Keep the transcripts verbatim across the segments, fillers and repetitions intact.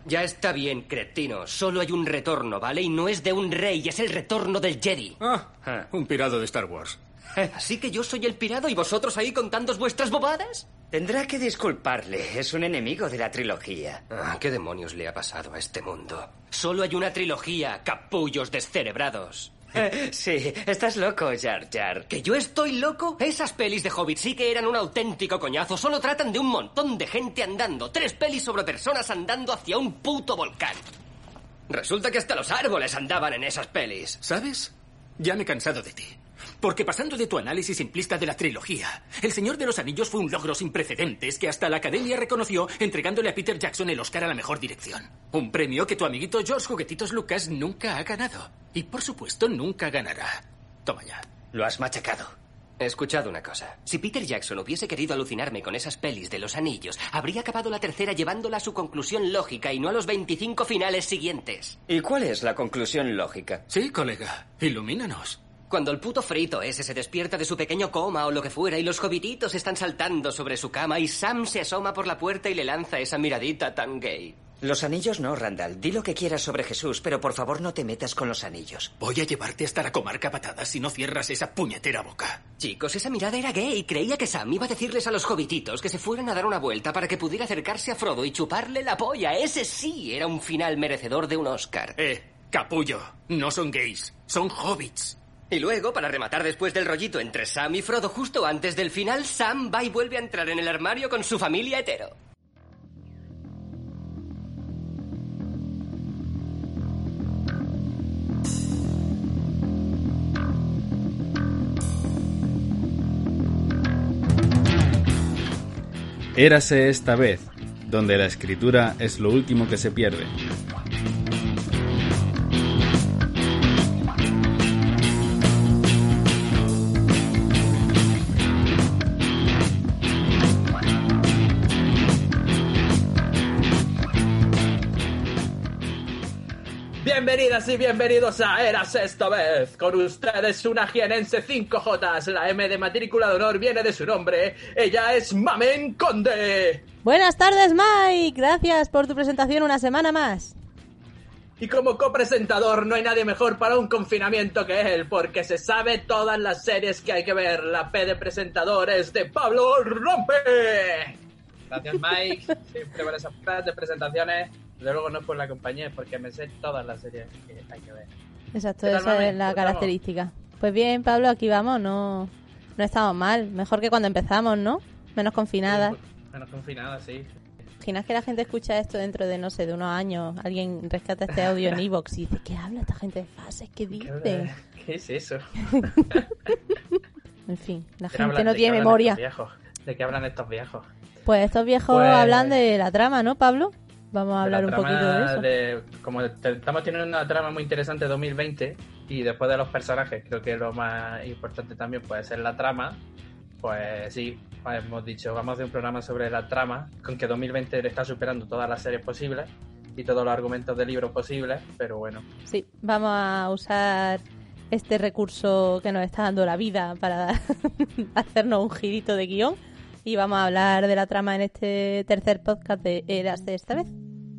Ya está bien, cretino. Solo hay un retorno, ¿vale? Y no es de un rey, es el retorno del Jedi. Ah, ah. Un pirado de Star Wars. ¿Así que yo soy el pirado y vosotros ahí contando vuestras bobadas? Tendrá que disculparle. Es un enemigo de la trilogía. Ah, ¿qué demonios le ha pasado a este mundo? Solo hay una trilogía, capullos descerebrados. Sí, estás loco, Jar Jar. ¿Que yo estoy loco? Esas pelis de Hobbit sí que eran un auténtico coñazo. Solo tratan de un montón de gente andando. Tres pelis sobre personas andando hacia un puto volcán. Resulta que hasta los árboles andaban en esas pelis. ¿Sabes? Ya me he cansado de ti. Porque pasando de tu análisis simplista de la trilogía, El Señor de los Anillos fue un logro sin precedentes que hasta la Academia reconoció entregándole a Peter Jackson el Oscar a la mejor dirección. Un premio que tu amiguito George Juguetitos Lucas nunca ha ganado. Y por supuesto nunca ganará. Toma ya. Lo has machacado. He escuchado una cosa. Si Peter Jackson hubiese querido alucinarme con esas pelis de los anillos, habría acabado la tercera llevándola a su conclusión lógica y no a los veinticinco finales siguientes. ¿Y cuál es la conclusión lógica? Sí, colega. Ilumínanos. Cuando el puto frito ese se despierta de su pequeño coma o lo que fuera y los hobbititos están saltando sobre su cama y Sam se asoma por la puerta y le lanza esa miradita tan gay. Los anillos no, Randall. Di lo que quieras sobre Jesús, pero por favor no te metas con los anillos. Voy a llevarte hasta la comarca a patadas si no cierras esa puñetera boca. Chicos, esa mirada era gay y creía que Sam iba a decirles a los hobbititos que se fueran a dar una vuelta para que pudiera acercarse a Frodo y chuparle la polla. Ese sí era un final merecedor de un Oscar. Eh, capullo. No son gays. Son hobbits. Y luego, para rematar después del rollito entre Sam y Frodo, justo antes del final, Sam va y vuelve a entrar en el armario con su familia hetero. Érase esta vez, donde la escritura es lo último que se pierde. Bienvenidas y bienvenidos a Érase esta vez. Con ustedes una jienense cinco Jotas. La M de matrícula de honor viene de su nombre. Ella es Mamen Conde. Buenas tardes, Mike. Gracias por tu presentación una semana más. Y como copresentador no hay nadie mejor para un confinamiento que él, porque se sabe todas las series que hay que ver. La P de presentador es de Pablo Rompe. Gracias, Mike. Siempre por esas P de presentaciones. Desde luego no es por la compañía, es porque me sé todas las series que hay que ver. Exacto, esa es la característica. Pues bien, Pablo, aquí vamos, no, no estamos mal. Mejor que cuando empezamos, ¿no? Menos confinadas. Menos confinadas, sí. ¿Imaginas que la gente escucha esto dentro de, no sé, de unos años? Alguien rescata este audio en iVoox y dice, ¿qué habla esta gente de fases? ¿Qué dice? ¿Qué es eso? En fin, la ¿De gente hablan, no de tiene qué memoria. Hablan estos viejos? ¿De qué hablan estos viejos? Pues estos viejos Pues... hablan de la trama, ¿no, Pablo? Vamos a hablar un poquito de eso. De, como te, estamos teniendo una trama muy interesante dos mil veinte y después de los personajes, creo que lo más importante también puede ser la trama. Pues sí, hemos dicho, vamos a hacer un programa sobre la trama, con que dos mil veinte le está superando todas las series posibles y todos los argumentos de libros posibles, pero bueno. Sí, vamos a usar este recurso que nos está dando la vida para hacernos un girito de guión y vamos a hablar de la trama en este tercer podcast de Érase esta vez.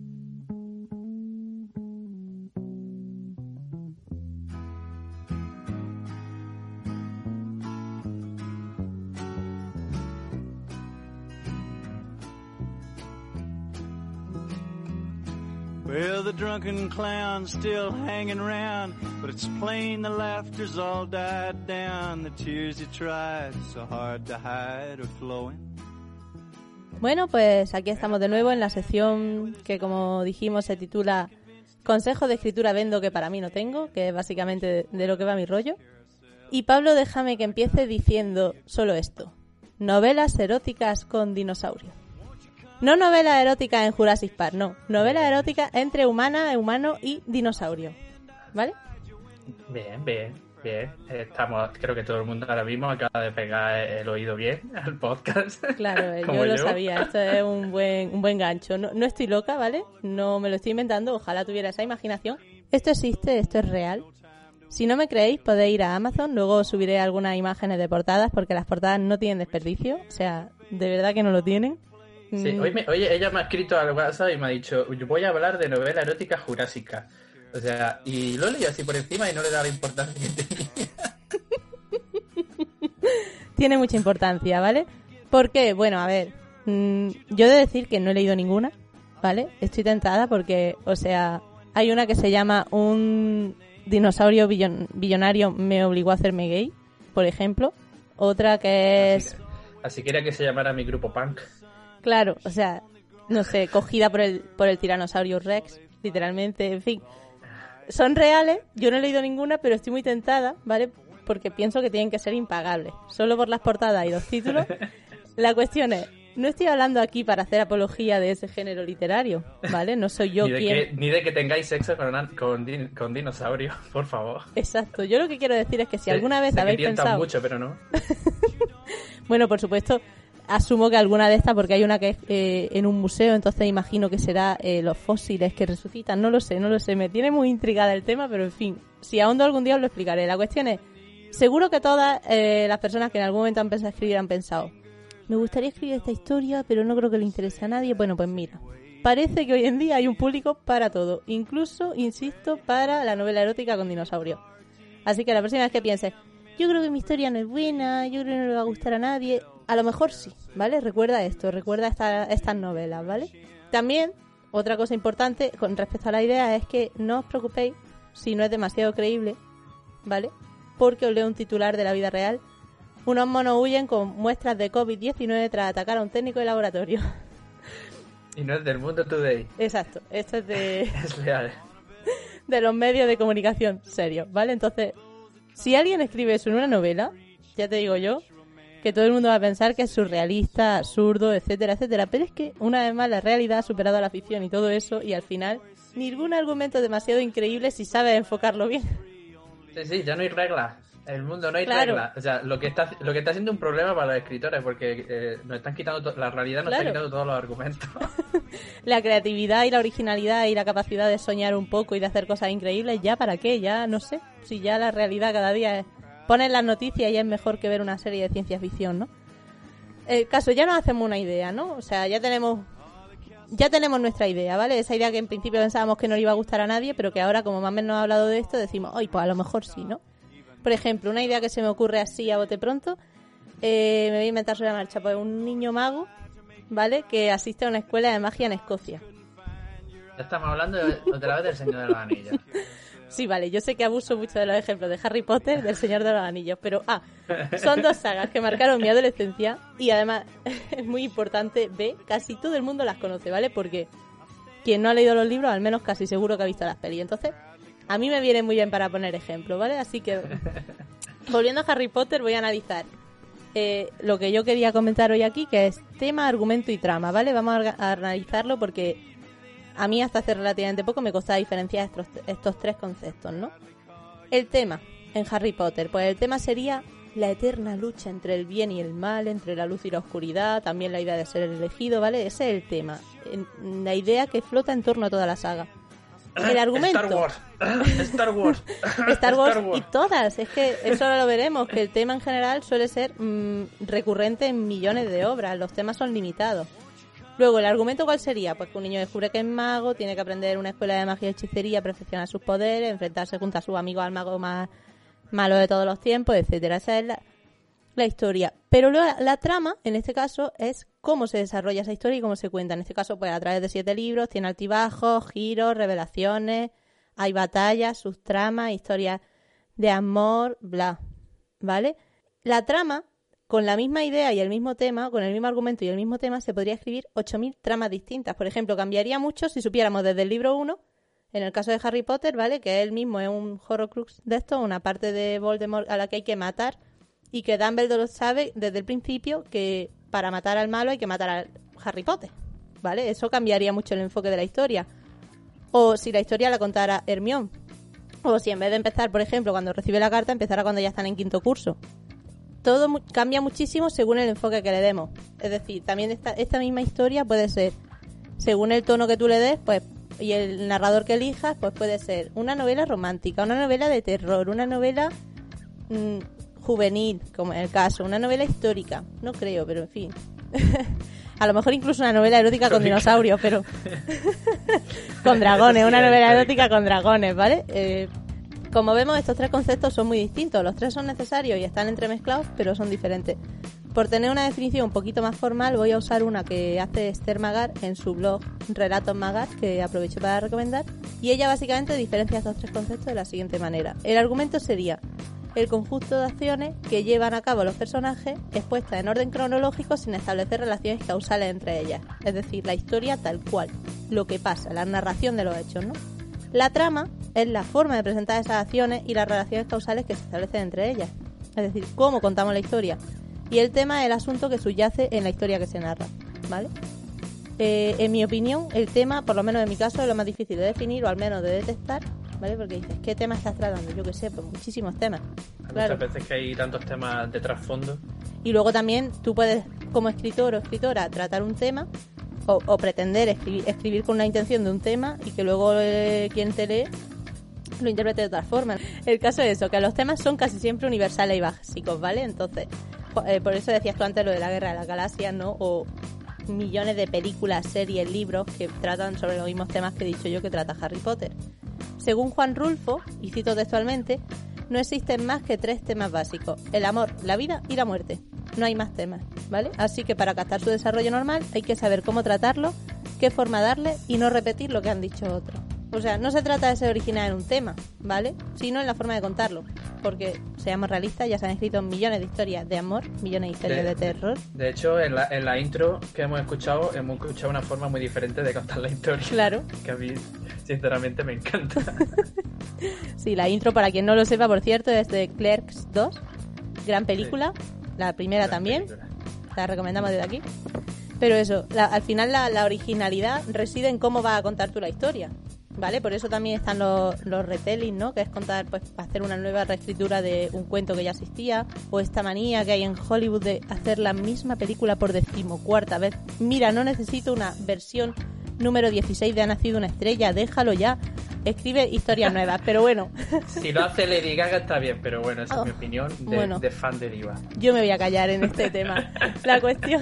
Well, the drunken clown's still hanging around, but it's plain the laughter's all died down. The tears he tried so hard to hide are flowing. Bueno, pues aquí estamos de nuevo en la sección que, como dijimos, se titula Consejo de escritura vendo que para mí no tengo, que es básicamente de, de lo que va mi rollo. Y Pablo, déjame que empiece diciendo solo esto. Novelas eróticas con dinosaurios. No novela erótica en Jurassic Park, no. Novela erótica entre humana, humano y dinosaurio. ¿Vale? Bien, bien, bien. Estamos, creo que todo el mundo ahora mismo acaba de pegar el oído bien al podcast. Claro, yo lo sabía. Esto es un buen, un buen gancho. No, no estoy loca, ¿vale? No me lo estoy inventando. Ojalá tuviera esa imaginación. Esto existe, esto es real. Si no me creéis, podéis ir a Amazon. Luego subiré algunas imágenes de portadas porque las portadas no tienen desperdicio. O sea, de verdad que no lo tienen. Sí, Mm, hoy, me, hoy ella me ha escrito al WhatsApp y me ha dicho, voy a hablar de novela erótica jurásica. O sea, y lo leí así por encima y no le da la importancia que tenía. Tiene mucha importancia, ¿vale? Porque, bueno, a ver, mmm, yo he de decir que no he leído ninguna, ¿vale? Estoy tentada porque, o sea, hay una que se llama Un dinosaurio billon- billonario me obligó a hacerme gay, por ejemplo. Otra que es... Así, así quería que se llamara mi grupo punk. Claro, o sea, no sé, cogida por el, por el Tyrannosaurus Rex, literalmente, en fin. Son reales, yo no he leído ninguna, pero estoy muy tentada, ¿vale? Porque pienso que tienen que ser impagables. Solo por las portadas y los títulos. La cuestión es, no estoy hablando aquí para hacer apología de ese género literario, ¿vale? No soy yo ni, de quien... que, ni de que tengáis sexo con, una- con, din- con dinosaurios, por favor. Exacto, yo lo que quiero decir es que si Sé- alguna vez sé que habéis tientan pensado... mucho, pero no. Bueno, por supuesto, asumo que alguna de estas, porque hay una que es eh, en un museo, entonces imagino que será eh, los fósiles que resucitan. No lo sé, no lo sé. Me tiene muy intrigada el tema, pero en fin, si ahondo algún día os lo explicaré. La cuestión es, seguro que todas eh, las personas que en algún momento han pensado escribir han pensado, me gustaría escribir esta historia, pero no creo que le interese a nadie. Bueno, pues mira, parece que hoy en día hay un público para todo, incluso, insisto, para la novela erótica con dinosaurios. Así que la próxima vez que pienses, yo creo que mi historia no es buena, yo creo que no le va a gustar a nadie, a lo mejor sí, ¿vale? Recuerda esto, recuerda esta, estas novelas, ¿vale? También, otra cosa importante con respecto a la idea es que no os preocupéis si no es demasiado creíble, ¿vale? Porque os leo un titular de la vida real. Unos monos huyen con muestras de covid diecinueve tras atacar a un técnico de laboratorio. Y no es del Mundo Today. Exacto, esto es de, Es real. de los medios de comunicación serios, ¿vale? Entonces, si alguien escribe eso en una novela, ya te digo yo, que todo el mundo va a pensar que es surrealista, absurdo, etcétera, etcétera. Pero es que, una vez más, la realidad ha superado a la ficción y todo eso, y al final, ningún argumento es demasiado increíble si sabes enfocarlo bien. Sí, sí, ya no hay reglas. En el mundo no hay Claro. reglas. O sea, lo que está lo que está siendo un problema para los escritores, porque eh, nos están quitando to- la realidad nos Claro. está quitando todos los argumentos. La creatividad y la originalidad y la capacidad de soñar un poco y de hacer cosas increíbles, ¿ya para qué? Ya no sé. Si ya la realidad cada día es... Pones las noticias y es mejor que ver una serie de ciencia ficción, ¿no? El caso, ya nos hacemos una idea, ¿no? O sea, ya tenemos... Ya tenemos nuestra idea, ¿vale? Esa idea que en principio pensábamos que no le iba a gustar a nadie, pero que ahora, como Mamen nos ha hablado de esto, decimos, ¡ay, pues a lo mejor sí!, ¿no? Por ejemplo, una idea que se me ocurre así a bote pronto, eh, me voy a inventar sobre la marcha, pues un niño mago, ¿vale? Que asiste a una escuela de magia en Escocia. Ya estamos hablando de- otra vez del Señor de los Anillos. Sí, vale, yo sé que abuso mucho de los ejemplos de Harry Potter, del Señor de los Anillos, pero ah, son dos sagas que marcaron mi adolescencia y además es muy importante, ve, casi todo el mundo las conoce, ¿vale? Porque quien no ha leído los libros, al menos casi seguro que ha visto las pelis. Entonces, a mí me viene muy bien para poner ejemplo, ¿vale? Así que, volviendo a Harry Potter, voy a analizar eh, lo que yo quería comentar hoy aquí, que es tema, argumento y trama, ¿vale? Vamos a, orga- a analizarlo porque a mí hasta hace relativamente poco me costaba diferenciar estos, estos tres conceptos, ¿no? El tema en Harry Potter, pues el tema sería la eterna lucha entre el bien y el mal, entre la luz y la oscuridad, también la idea de ser el elegido, ¿vale? Ese es el tema, en- la idea que flota en torno a toda la saga. El argumento... Star Wars. Star Wars. Star Wars y todas, es que eso ahora lo veremos, que el tema en general suele ser mmm, recurrente en millones de obras, los temas son limitados. Luego, ¿el argumento cuál sería? Pues que un niño descubre que es mago, tiene que aprender una escuela de magia y hechicería, perfeccionar sus poderes, enfrentarse junto a sus amigos al mago más malo de todos los tiempos, etcétera. Esa es la, la historia. Pero luego, la trama, en este caso, es cómo se desarrolla esa historia y cómo se cuenta. En este caso, pues a través de siete libros, tiene altibajos, giros, revelaciones, hay batallas, sus tramas, historias de amor, bla, ¿vale? La trama, con la misma idea y el mismo tema, con el mismo argumento y el mismo tema, se podría escribir ocho mil tramas distintas. Por ejemplo, cambiaría mucho si supiéramos desde el libro uno, en el caso de Harry Potter, ¿vale? Que él mismo es un Horcrux de esto, una parte de Voldemort a la que hay que matar y que Dumbledore sabe desde el principio que para matar al malo hay que matar a Harry Potter, ¿vale? Eso cambiaría mucho el enfoque de la historia. O si la historia la contara Hermione. O si en vez de empezar, por ejemplo, cuando recibe la carta, empezara cuando ya están en quinto curso. Todo mu- cambia muchísimo según el enfoque que le demos. Es decir, también esta, esta misma historia puede ser, según el tono que tú le des, pues, y el narrador que elijas, pues puede ser una novela romántica, una novela de terror, una novela mmm, juvenil, como en el caso, una novela histórica. No creo, pero en fin. A lo mejor incluso una novela erótica con dinosaurios, pero... con dragones, una novela erótica con dragones, ¿vale? Eh, como vemos, estos tres conceptos son muy distintos. Los tres son necesarios y están entremezclados, pero son diferentes. Por tener una definición un poquito más formal, voy a usar una que hace Esther Magar en su blog Relatos Magar, que aprovecho para recomendar. Y ella básicamente diferencia estos tres conceptos de la siguiente manera. El argumento sería el conjunto de acciones que llevan a cabo los personajes expuestas en orden cronológico sin establecer relaciones causales entre ellas. Es decir, la historia tal cual, lo que pasa, la narración de los hechos, ¿no? La trama es la forma de presentar esas acciones y las relaciones causales que se establecen entre ellas. Es decir, cómo contamos la historia. Y el tema es el asunto que subyace en la historia que se narra, ¿vale? Eh, en mi opinión, el tema, por lo menos en mi caso, es lo más difícil de definir o al menos de detectar, ¿vale? Porque dices, ¿qué tema estás tratando? Yo qué sé, pues muchísimos temas. Hay claro. Muchas veces que hay tantos temas de trasfondo. Y luego también tú puedes, como escritor o escritora, tratar un tema o, o pretender escribir, escribir con una intención de un tema y que luego eh, quien te lee lo interprete de otra forma. El caso es eso, que los temas son casi siempre universales y básicos, ¿vale? Entonces, eh, por eso decías tú antes lo de la Guerra de las Galaxias, ¿no? O millones de películas, series, libros que tratan sobre los mismos temas que he dicho yo que trata Harry Potter. Según Juan Rulfo, y cito textualmente, no existen más que tres temas básicos: el amor, la vida y la muerte. No hay más temas, ¿vale? Así que para captar su desarrollo normal hay que saber cómo tratarlo, qué forma darle y no repetir lo que han dicho otros. O sea, no se trata de ser original en un tema, ¿vale? Sino en la forma de contarlo. Porque, seamos realistas, ya se han escrito millones de historias de amor, millones de historias de, de terror. De hecho, en la, en la intro que hemos escuchado, hemos escuchado una forma muy diferente de contar la historia. Claro. Que a mí, sinceramente, me encanta. Sí, la intro, para quien no lo sepa, por cierto, es de Clerks dos. Gran película. Sí. La primera Gran también. Película. La recomendamos desde aquí. Pero eso, la, al final la, la originalidad reside en cómo vas a contar tú la historia. ¿Vale? Por eso también están los, los retelling, ¿no? Que es contar, pues, hacer una nueva reescritura de un cuento que ya existía, o esta manía que hay en Hollywood de hacer la misma película por decimocuarta vez. Mira, no necesito una versión número dieciséis de Ha nacido una estrella, déjalo ya. Escribe historias nuevas, pero bueno. Si lo hace Lady Gaga está bien, pero bueno, esa oh, es mi opinión de, bueno, de fan de diva. Yo me voy a callar en este tema. La cuestión...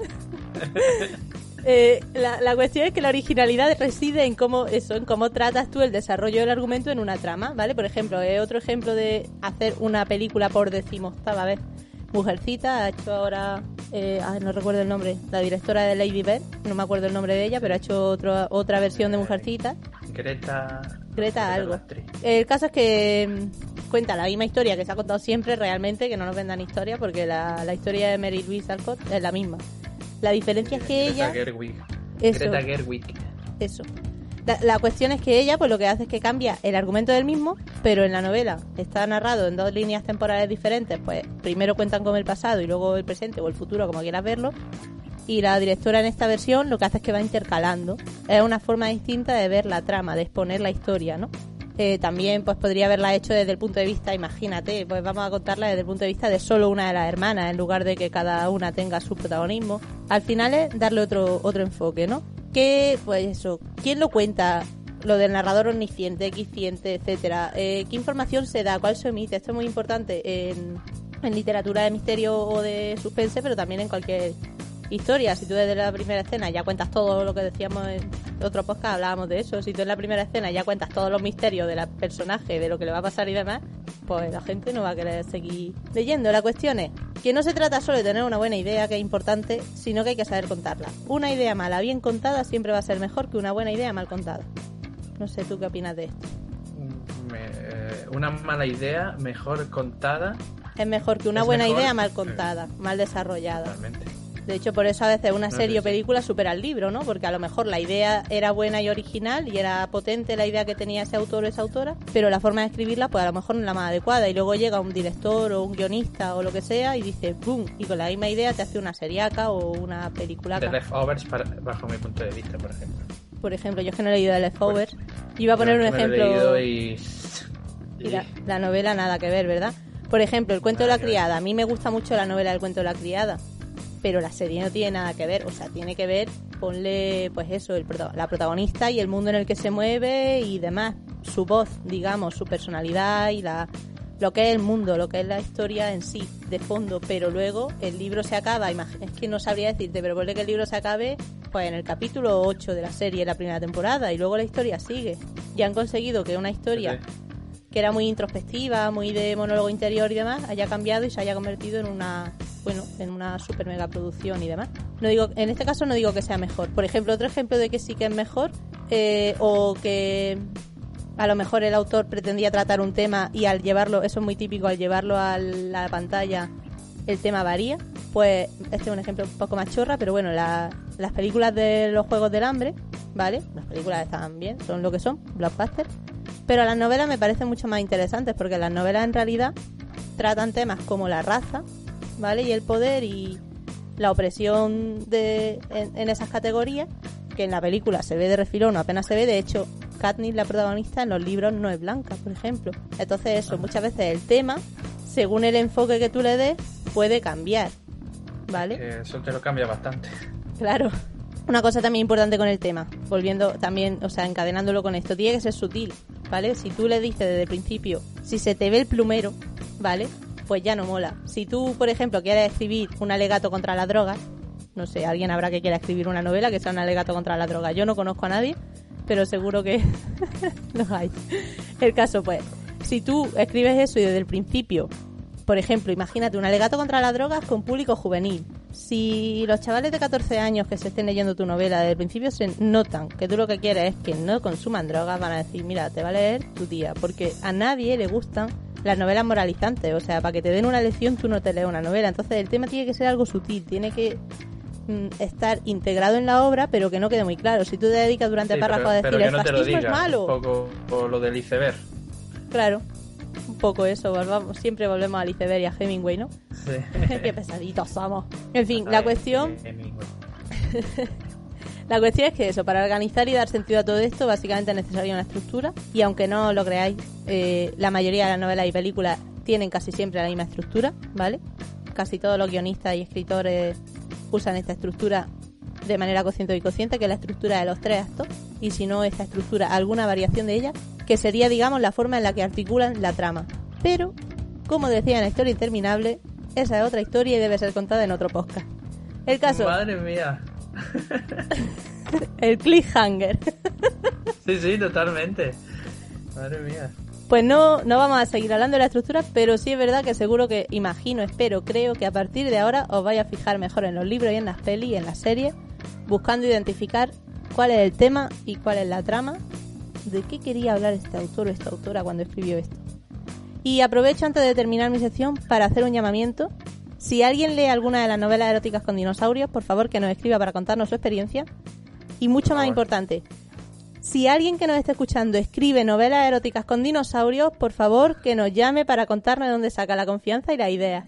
Eh, la, la cuestión es que la originalidad reside en cómo eso, en cómo tratas tú el desarrollo del argumento en una trama, ¿vale? Por ejemplo, eh, otro ejemplo de hacer una película por decimoctava vez. Mujercita ha hecho ahora, eh, ay, no recuerdo el nombre, la directora de Lady Bird, no me acuerdo el nombre de ella, pero ha hecho otro, otra versión de Mujercita. Greta... Greta algo. El caso es que mmm, cuenta la misma historia que se ha contado siempre realmente, que no nos vendan historia, porque la, la historia de Mary Louise Alcott es la misma. La diferencia es que Greta ella... Gerwig. Eso, Greta Gerwig. Eso. La, la cuestión es que ella pues lo que hace es que cambia el argumento del mismo, pero en la novela está narrado en dos líneas temporales diferentes. Pues primero cuentan con el pasado y luego el presente o el futuro, como quieras verlo. Y la directora en esta versión lo que hace es que va intercalando. Es una forma distinta de ver la trama, de exponer la historia, ¿no? Eh, también pues podría haberla hecho desde el punto de vista, imagínate, pues vamos a contarla desde el punto de vista de solo una de las hermanas, en lugar de que cada una tenga su protagonismo. Al final es darle otro otro enfoque, ¿no? Que, pues eso, ¿quién lo cuenta? Lo del narrador omnisciente, equisciente, etcétera. Eh, ¿Qué información se da? ¿Cuál se omite? Esto es muy importante en, en literatura de misterio o de suspense, pero también en cualquier historia. Si tú desde la primera escena ya cuentas todo lo que decíamos en otro podcast, hablábamos de eso. Si tú en la primera escena ya cuentas todos los misterios del personaje, de lo que le va a pasar y demás, pues la gente no va a querer seguir leyendo. La cuestión es que no se trata solo de tener una buena idea, que es importante, sino que hay que saber contarla. Una idea mala bien contada siempre va a ser mejor que una buena idea mal contada. No sé, ¿tú qué opinas de esto? Me, eh, una mala idea mejor contada... Es mejor que una buena mejor, idea mal contada, eh, mal desarrollada. Totalmente. De hecho, por eso a veces una no serie sé, o película supera el libro, ¿no? Porque a lo mejor la idea era buena y original y era potente la idea que tenía ese autor o esa autora, pero la forma de escribirla pues a lo mejor no es la más adecuada, y luego llega un director o un guionista o lo que sea y dice ¡boom! Y con la misma idea te hace una seriaca o una película. The Leftovers, para, bajo mi punto de vista, por ejemplo. Por ejemplo, yo es que no he leído The Leftovers. Yo iba a poner un ejemplo... Y... y la, la novela nada que ver, ¿verdad? Por ejemplo, El cuento de la criada. A mí me gusta mucho la novela del cuento de la criada, pero la serie no tiene nada que ver. O sea, tiene que ver, ponle, pues eso, el prota- la protagonista y el mundo en el que se mueve y demás. Su voz, digamos, su personalidad y la lo que es el mundo, lo que es la historia en sí, de fondo, pero luego el libro se acaba, imag- es que no sabría decirte, pero ponle que el libro se acabe pues en el capítulo ocho de la serie, la primera temporada, y luego la historia sigue. Y han conseguido que una historia que era muy introspectiva, muy de monólogo interior y demás, haya cambiado y se haya convertido en una, bueno, en una super mega producción y demás. No digo, en este caso no digo que sea mejor. Por ejemplo, otro ejemplo de que sí que es mejor, eh, o que a lo mejor el autor pretendía tratar un tema y al llevarlo, eso es muy típico, al llevarlo a la pantalla el tema varía, pues este es un ejemplo un poco más chorra, pero bueno, la, las películas de los Juegos del Hambre, ¿vale? Las películas están bien, son lo que son, blockbuster, pero las novelas me parecen mucho más interesantes porque las novelas en realidad tratan temas como la raza, ¿vale? Y el poder y la opresión de, en, en esas categorías, que en la película se ve de refilón o apenas se ve. De hecho, Katniss, la protagonista, en los libros no es blanca, por ejemplo. Entonces eso, muchas veces el tema, según el enfoque que tú le des, puede cambiar, ¿vale? Que eso te lo cambia bastante. Claro. Una cosa también importante con el tema, volviendo también, o sea, encadenándolo con esto, tiene que ser sutil, ¿vale? Si tú le dices desde el principio, si se te ve el plumero, ¿vale? Pues ya no mola. Si tú, por ejemplo, quieres escribir un alegato contra la droga, no sé, alguien habrá que quiera escribir una novela que sea un alegato contra la droga. Yo no conozco a nadie, pero seguro que los hay. El caso, pues, si tú escribes eso y desde el principio, por ejemplo, imagínate un alegato contra las drogas con público juvenil. Si los chavales de catorce años que se estén leyendo tu novela desde el principio se notan que tú lo que quieres es que no consuman drogas, van a decir, mira, te va a leer tu tía, porque a nadie le gustan las novelas moralizantes. O sea, para que te den una lección tú no te lees una novela. Entonces el tema tiene que ser algo sutil, tiene que estar integrado en la obra, pero que no quede muy claro. Si tú te dedicas durante Sí, el párrafo pero, a decir pero que el no te lo fascismo diga, es malo, un poco por lo del iceberg. claro, un poco eso, volvamos, siempre volvemos al iceberg y a Hemingway, ¿no? Sí. Qué pesaditos somos. En fin, la Ay, cuestión qué amigo. la cuestión es que eso, para organizar y dar sentido a todo esto, básicamente es necesaria una estructura, y aunque no lo creáis, eh, la mayoría de las novelas y películas tienen casi siempre la misma estructura, ¿vale? Casi todos los guionistas y escritores usan esta estructura de manera consciente o inconsciente, que es la estructura de los tres actos, y si no esta estructura, alguna variación de ella, que sería, digamos, la forma en la que articulan la trama. Pero, como decía en la Historia Interminable, esa es otra historia y debe ser contada en otro podcast. El caso... Madre mía. El cliffhanger. Sí, sí, totalmente. Madre mía. Pues no, no vamos a seguir hablando de la estructura, pero sí es verdad que seguro que, imagino, espero, creo que a partir de ahora os vais a fijar mejor en los libros y en las pelis y en las series, buscando identificar cuál es el tema y cuál es la trama, de qué quería hablar este autor o esta autora cuando escribió esto. Y aprovecho antes de terminar mi sección para hacer un llamamiento. Si alguien lee alguna de las novelas eróticas con dinosaurios, por favor que nos escriba para contarnos su experiencia. Y mucho más importante, si alguien que nos esté escuchando escribe novelas eróticas con dinosaurios, por favor que nos llame para contarnos de dónde saca la confianza y la idea.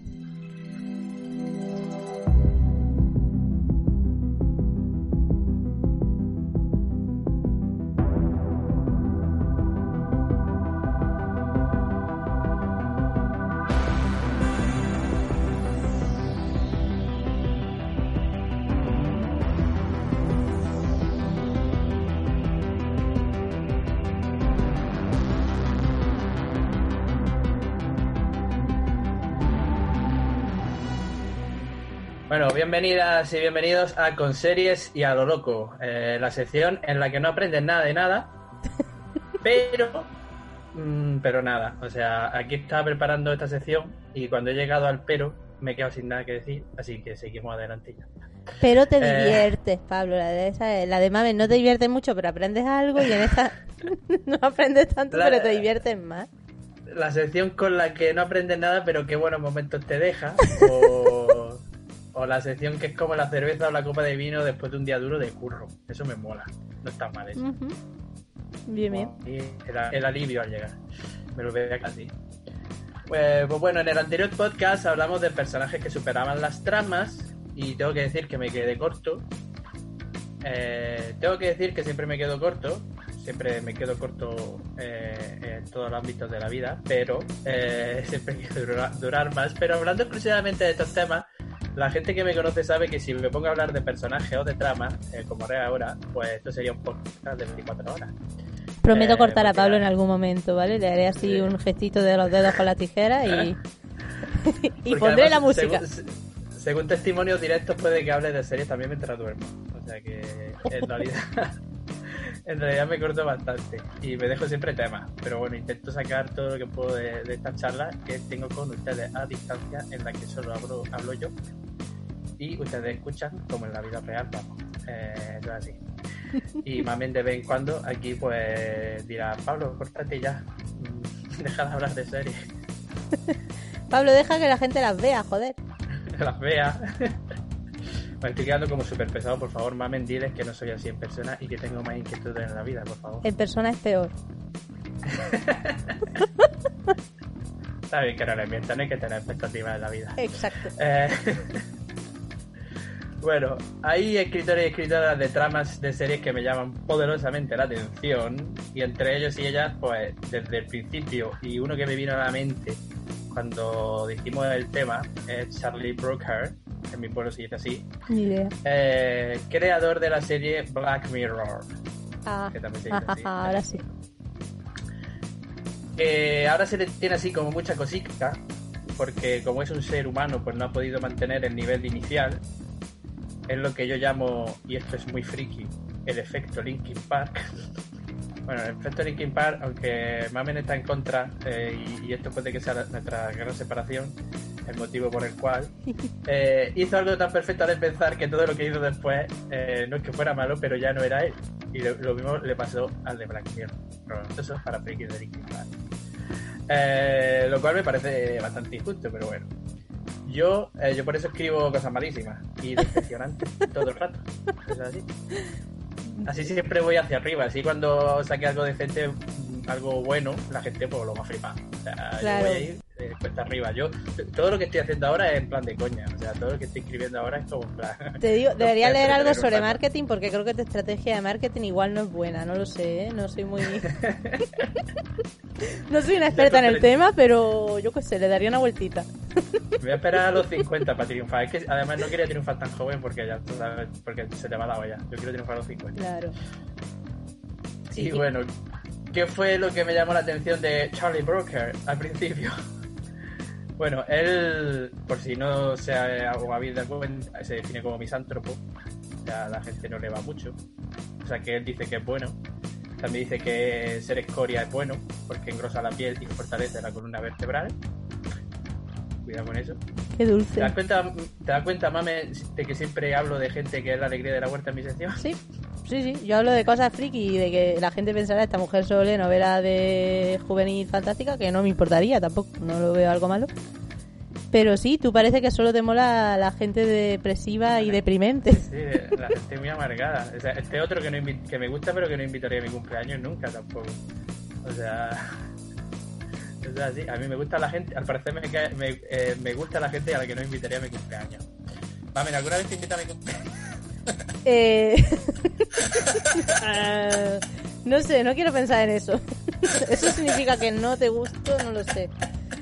Bueno, bienvenidas y bienvenidos a Con Series y a lo Loco, eh, la sección en la que no aprendes nada de nada, pero, mmm, pero nada, o sea, aquí estaba preparando esta sección y cuando he llegado al pero me he quedado sin nada que decir, así que seguimos adelante ya. Pero te Eh. diviertes, Pablo, la de, esa, la de Mamen no te diviertes mucho, pero aprendes algo, y en esta no aprendes tanto, La- pero te diviertes más. La sección con la que no aprendes nada, pero qué buenos momentos te deja, o, o la sección que es como la cerveza o la copa de vino después de un día duro de curro. Eso me mola, no está mal eso. Ujú. Bien, bien. Y el, el alivio al llegar. Me lo veo así. Pues, pues bueno, en el anterior podcast hablamos de personajes que superaban las tramas y tengo que decir que me quedé corto. Eh, tengo que decir que siempre me quedo corto. Siempre me quedo corto eh, en todos los ámbitos de la vida, pero eh, siempre quiero durar, durar más. Pero hablando exclusivamente de estos temas, La gente que me conoce sabe que si me pongo a hablar de personajes o de tramas, eh, como haré ahora, pues esto sería un podcast de veinticuatro horas. Prometo Eh, cortar a porque- Pablo en algún momento, ¿vale? Le haré así Sí. un gestito de los dedos con la tijera y, y Porque pondré además, la música. Según, según testimonios directos puede que hable de series también mientras duermo. O sea que en realidad en realidad me corto bastante y me dejo siempre temas. Pero bueno, intento sacar todo lo que puedo de, de estas charlas que tengo con ustedes a distancia, en la que solo hablo, hablo yo y ustedes escuchan como en la vida real, vamos. Eh, eso es así. Y Mamen de vez en cuando aquí pues dirá, Pablo, córtate ya, Mm, deja de hablar de series. Pablo, deja que la gente las vea, joder. Las vea. Me estoy quedando como súper pesado, por favor, Mamen, diles que no soy así en persona y que tengo más inquietudes en la vida, por favor. En persona es peor. Está bien que no le mientan, no hay que tener expectativas en la vida. Exacto. Eh, Bueno, hay escritores y escritoras de tramas de series que me llaman poderosamente la atención, y entre ellos y ellas, pues desde el principio, y uno que me vino a la mente cuando dijimos el tema es Charlie Brooker, en mi pueblo se dice así, Ni idea. eh, creador de la serie Black Mirror, Ah, que también se dice así. ahora sí. Que ahora se le tiene así como mucha cosica, porque como es un ser humano, pues no ha podido mantener el nivel inicial. Es lo que yo llamo, y esto es muy friki, el efecto Linkin Park. Bueno, el efecto Linkin Park, aunque Mamen está en contra, eh, y, y esto puede que sea nuestra gran separación, el motivo por el cual eh, hizo algo tan perfecto al pensar que todo lo que hizo después eh, no es que fuera malo, pero ya no era él. Y lo, lo mismo le pasó al de Black Mirror. Pero eso es para frikis de Linkin Park. Eh, lo cual me parece bastante injusto, pero bueno. Yo, eh, yo por eso escribo cosas malísimas y decepcionantes todo el rato. Es así. Así siempre voy hacia arriba. Así cuando saque algo decente, mm, algo bueno, la gente pues lo va a flipar. O sea, Claro. yo voy a ir eh, cuesta arriba. Yo, todo lo que estoy haciendo ahora es en plan de coña. O sea, todo lo que estoy escribiendo ahora es como en plan... Te digo, debería No, leer pero algo tener un sobre rato. marketing porque creo que tu estrategia de marketing igual no es buena, no lo sé, ¿eh? No soy muy... No soy una experta en el tema, pero yo qué sé, le daría una vueltita. Voy a esperar a los cincuenta para triunfar. Es que además no quería triunfar tan joven porque ya tú sabes, porque se te va la olla. Yo quiero triunfar a los cincuenta. Claro. Sí, Y sí. bueno, ¿qué fue lo que me llamó la atención de Charlie Brooker al principio? Bueno, él, por si no se ha, o habéis dado cuenta, se define como misántropo. O sea, a la gente no le va mucho. O sea, que él dice que es bueno. También dice que ser escoria es bueno, porque engrosa la piel y fortalece la columna vertebral. Cuidado con eso. Qué ¿Te dulce. das cuenta, te das cuenta, Mame, de que siempre hablo de gente que es la alegría de la huerta en mi sección? Sí, sí, sí. Yo hablo de cosas friki y de que la gente pensará esta mujer solo lee novela de juvenil fantástica, que no me importaría tampoco, no lo veo algo malo. Pero sí, tú parece que solo te mola la gente depresiva y deprimente. Sí, la gente muy amargada. O sea, este otro que, no invi- que me gusta, pero que no invitaría a mi cumpleaños nunca tampoco. O sea, o sea, sí, a mí me gusta la gente, al parecer me, cae- me, eh, me gusta la gente a la que no invitaría a mi cumpleaños. Mami, ¿alguna vez te invita a mi cumpleaños? Eh... ah, no sé, no quiero pensar en eso. ¿Eso significa que no te gusto? No lo sé.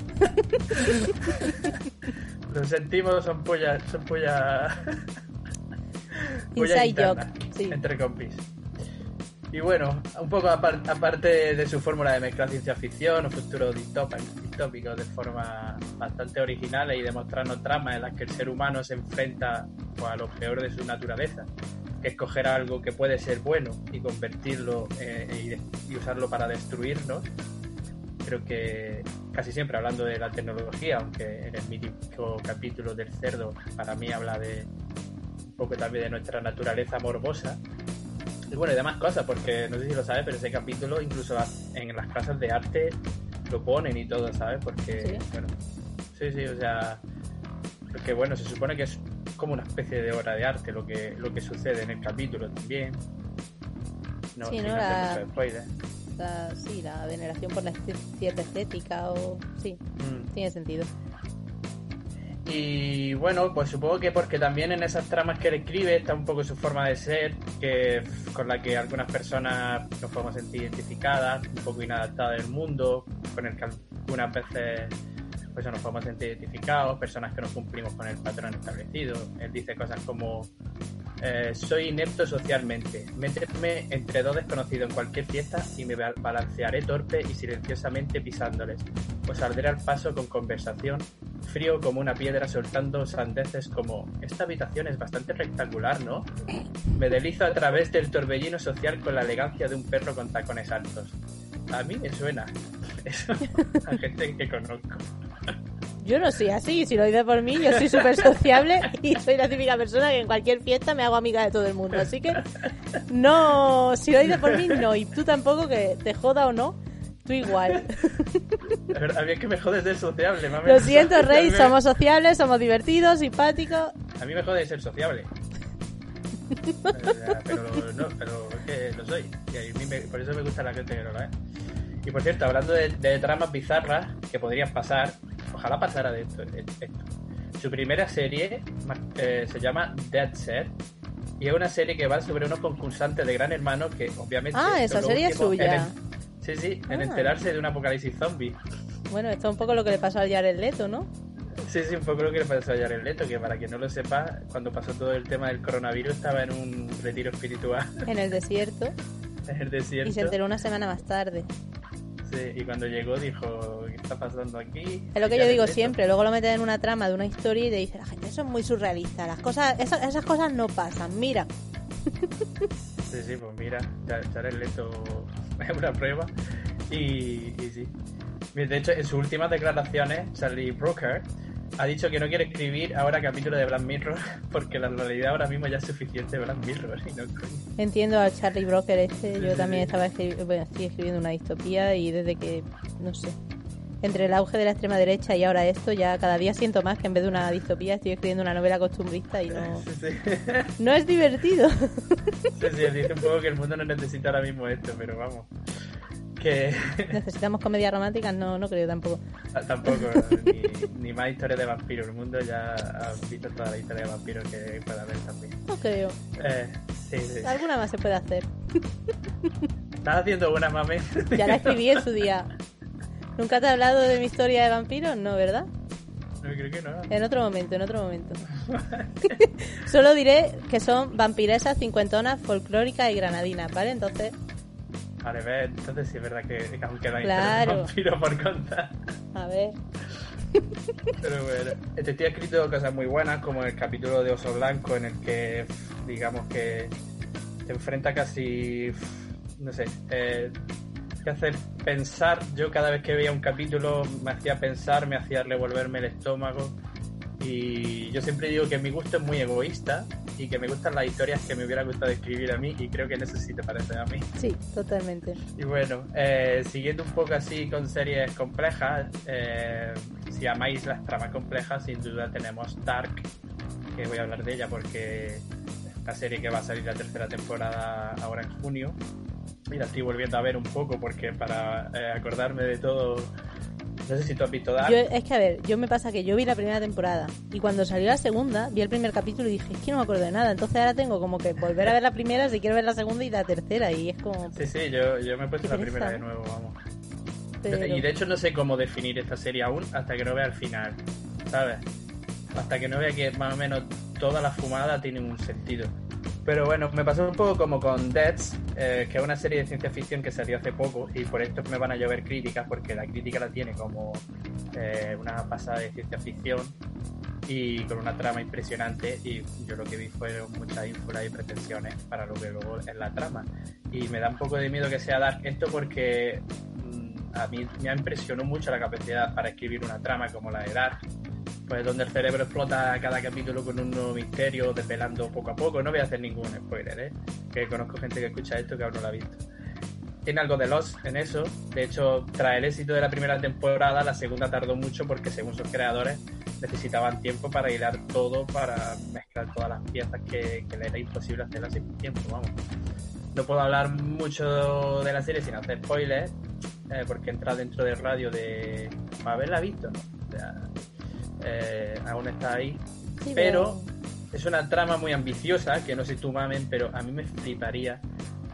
Lo sentimos, son pollas, son pollas... pollas Inside internas, joke, sí. entre compis. Y bueno, un poco apar- aparte de su fórmula de mezclar ciencia ficción o futuros distópicos, distópicos de forma bastante originales y demostrarnos tramas en las que el ser humano se enfrenta pues, a lo peor de su naturaleza, que es coger algo que puede ser bueno y convertirlo eh, y, de- y usarlo para destruirnos. Creo que casi siempre hablando de la tecnología, aunque en el mítico capítulo del cerdo para mí habla de un poco también de nuestra naturaleza morbosa. Y bueno, y demás cosas, porque no sé si lo sabes, pero ese capítulo incluso las- en las clases de arte lo ponen y todo, ¿sabes? Porque, ¿Sí? bueno, sí, sí, o sea, porque bueno, se supone que es como una especie de obra de arte lo que lo que sucede en el capítulo también. No, Sí, sin ¿no? hacer La- mucho spoiler. La, sí, la veneración por la este- cierta estética o... Sí, Mm. tiene sentido. Y bueno, pues supongo que porque también en esas tramas que él escribe está un poco su forma de ser, que con la que algunas personas nos podemos sentir identificadas, un poco inadaptadas del mundo, con el que algunas veces pues nos podemos sentir identificados, personas que no cumplimos con el patrón establecido. Él dice cosas como eh, soy inepto socialmente, méteme entre dos desconocidos en cualquier fiesta y me balancearé torpe y silenciosamente pisándoles, o saldré al paso con conversación, frío como una piedra soltando sandeces como esta habitación es bastante rectangular, ¿no? Me deslizo a través del torbellino social con la elegancia de un perro con tacones altos. A mí me suena eso a gente que conozco. Yo no soy así, si lo dices por mí, yo soy súper sociable y soy la típica persona que en cualquier fiesta me hago amiga de todo el mundo. Así que no, si lo dices por mí, no. Y tú tampoco, que te joda o no, tú igual. A mí es que me jode ser sociable, mami. Lo siento, Rey, somos sociables, somos divertidos, simpáticos. A mí me jode ser sociable. Pero no, pero es que lo soy. Y a mí me, por eso me gusta la gente que no lo es. Y por cierto, hablando de, de tramas bizarras que podrían pasar, ojalá pasara de esto, de esto. Su primera serie eh, se llama Dead Set y es una serie que va sobre unos concursantes de Gran Hermano que obviamente... Ah, esa serie es suya. En, sí, sí, en ah. enterarse de un apocalipsis zombie. Bueno, esto es un poco lo que le pasó a Jared Leto, ¿no? Sí, sí, un poco lo que le pasó a Jared Leto, que para quien no lo sepa, cuando pasó todo el tema del coronavirus estaba en un retiro espiritual. En el desierto. En el desierto. Y se enteró una semana más tarde. Sí, y cuando llegó dijo, ¿qué está pasando aquí? Es lo que yo digo siempre, luego lo meten en una trama de una historia y te dice la gente, eso es muy surrealista, las cosas, esas, esas cosas no pasan, mira. Sí, sí, pues mira, Jared Leto es una prueba y, y sí. De hecho, en sus últimas declaraciones, Charlie Brooker ha dicho que no quiere escribir ahora capítulo de Black Mirror porque la realidad ahora mismo ya es suficiente Black Mirror. Y no... Entiendo a Charlie Brooker este, yo sí, también sí. estaba escri- bueno, estoy escribiendo una distopía y desde que, no sé, entre el auge de la extrema derecha y ahora esto, ya cada día siento más que en vez de una distopía estoy escribiendo una novela costumbrista y no, sí, sí. no es divertido. Sí, sí, dice un poco que el mundo no necesita ahora mismo esto, pero vamos. Que... Necesitamos comedias románticas, no, no creo tampoco. Tampoco, ni, ni más historias de vampiros. El mundo ya ha visto toda la historia de vampiros que puede haber también. No creo. Eh, sí, sí. Alguna más se puede hacer. ¿Estás haciendo una, mami? Ya la escribí en su día. ¿Nunca te he hablado de mi historia de vampiros? No, ¿verdad? No, creo que no. En otro momento, en otro momento. Solo diré que son vampiresas, cincuentonas, folclóricas y granadinas, ¿vale? Entonces... Vale, ve, entonces sí es verdad que, que aún queda claro. vampiro por contar. A ver. Pero bueno, este tío ha escrito cosas muy buenas, como el capítulo de Oso Blanco, en el que, digamos que se enfrenta casi, no sé, eh, que hace pensar. Yo cada vez que veía un capítulo me hacía pensar, me hacía revolverme el estómago. Y yo siempre digo que mi gusto es muy egoísta y que me gustan las historias que me hubiera gustado escribir a mí, y creo que en eso sí te parece a mí. Sí, totalmente. Y bueno, eh, siguiendo un poco así con series complejas, eh, si amáis las tramas complejas, sin duda tenemos Dark, que voy a hablar de ella porque es una serie que va a salir la tercera temporada ahora en junio, y la estoy volviendo a ver un poco porque para eh, acordarme de todo. No sé si tú has visto Dark. Yo, es que a ver, yo me pasa que yo vi la primera temporada y cuando salió la segunda vi el primer capítulo y dije, es que no me acuerdo de nada, entonces ahora tengo como que volver a ver la primera si quiero ver la segunda y la tercera, y es como... Sí, sí, yo, yo me he puesto la pereza, primera ¿no? de nuevo, vamos. Pero... Y de hecho no sé cómo definir esta serie aún hasta que no vea el final, ¿sabes? Hasta que no vea que más o menos toda la fumada tiene un sentido. Pero bueno, me pasó un poco como con Deads, eh, que es una serie de ciencia ficción que salió hace poco, y por esto me van a llover críticas, porque la crítica la tiene como eh, una pasada de ciencia ficción y con una trama impresionante, y yo lo que vi fueron muchas ínfulas y pretensiones para lo que luego es la trama. Y me da un poco de miedo que sea Dark esto porque mmm, a mí me impresionó mucho la capacidad para escribir una trama como la de Dark, pues donde el cerebro explota cada capítulo con un nuevo misterio, desvelando poco a poco. No voy a hacer ningún spoiler, ¿eh? Que conozco gente que escucha esto que aún no lo ha visto. Tiene algo de Lost en eso. De hecho, tras el éxito de la primera temporada, la segunda tardó mucho porque, según sus creadores, necesitaban tiempo para hilar todo, para mezclar todas las piezas que, que le era imposible hacerlas sin tiempo, vamos. No puedo hablar mucho de la serie sin hacer spoilers, eh, porque entra dentro del radio de... ¿Haberla visto? ¿No? O sea, Eh, aún está ahí, sí, pero bueno, es una trama muy ambiciosa que no sé tú, mamen, pero a mí me fliparía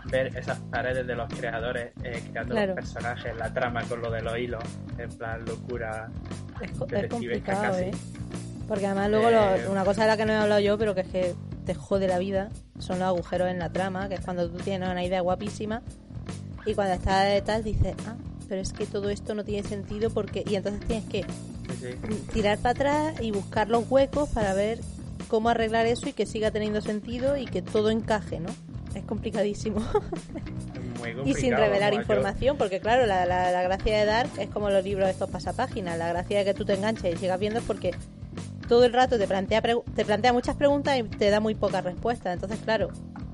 ver esas paredes de los creadores eh, creando Claro. los personajes, la trama con lo de los hilos, en plan locura. Es, co- es detectivesca complicado, casi. ¿eh? Porque además luego Eh, lo- una cosa de la que no he hablado yo, pero que es que te jode la vida, son los agujeros en la trama, que es cuando tú tienes una idea guapísima y cuando estás de tal dices, ah, pero es que todo esto no tiene sentido porque... Y entonces tienes que Sí, sí. tirar para atrás y buscar los huecos para ver cómo arreglar eso y que siga teniendo sentido y que todo encaje, ¿no? Es complicadísimo. Es muy Y complicado, sin revelar vamos, yo- información, porque claro, la, la, la gracia de Dark es como los libros estos pasapáginas. La gracia de que tú te enganches y sigas viendo es porque todo el rato te plantea pregu- te plantea muchas preguntas y te da muy pocas respuestas. Entonces, claro,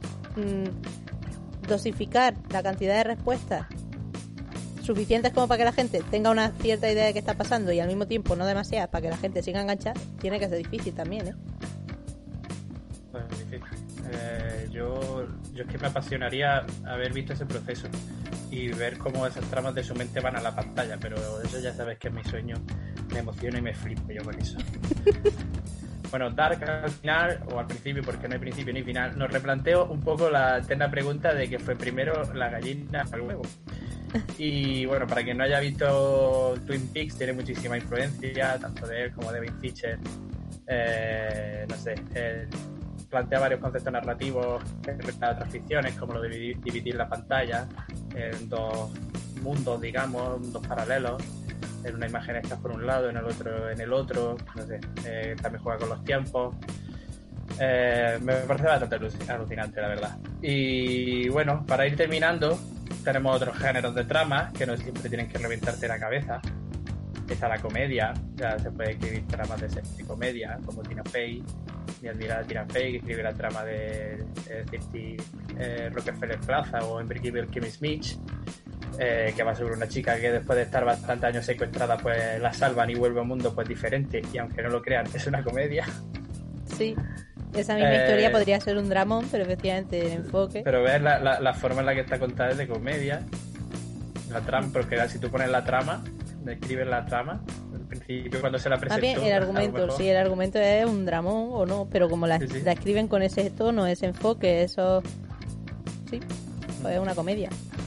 mmm, dosificar la cantidad de respuestas suficientes como para que la gente tenga una cierta idea de qué está pasando y al mismo tiempo no demasiadas para que la gente siga enganchada, tiene que ser difícil también, ¿eh? Pues difícil. Eh, yo, yo es que me apasionaría haber visto ese proceso y ver cómo esas tramas de su mente van a la pantalla, pero eso ya sabes que es mi sueño, me emociona y me flipo yo con eso. Bueno, Dark al final, o al principio, porque no hay principio ni final, nos replanteo un poco la eterna pregunta de que fue primero la gallina o el huevo. Y bueno, para quien no haya visto Twin Peaks, tiene muchísima influencia, tanto de él como de David Fincher. Eh, no sé, eh, plantea varios conceptos narrativos que reflejan otras ficciones, como lo de dividir, dividir la pantalla en dos mundos, digamos, dos paralelos. En una imagen estás por un lado, en el otro en el otro, no sé, eh, también juega con los tiempos. Eh, me parece bastante alucinante, la verdad. Y bueno, para ir terminando, tenemos otros géneros de tramas que no siempre tienen que reventarte la cabeza. Está la comedia, ya se puede escribir tramas de, de comedia, como Tina Fey, mi admirada Tina Fey, que escribe la trama de eh, cincuenta eh, Rockefeller Plaza o Unbreakable Kimmy Smith, eh, que va sobre una chica que después de estar bastantes años secuestrada, pues la salvan y vuelve a un mundo pues diferente, y aunque no lo crean, es una comedia. Sí, esa misma Eh, historia podría ser un dramón, pero efectivamente el enfoque... Pero ver la, la, la forma en la que está contada es de comedia. La trama, porque si tú pones la trama, describes la trama, al principio cuando se la Más presentó... bien el a lo argumento, mejor- sí, el argumento es un dramón o no, pero como la, Sí, sí. la escriben con ese tono, ese enfoque, eso... Sí, pues es una comedia.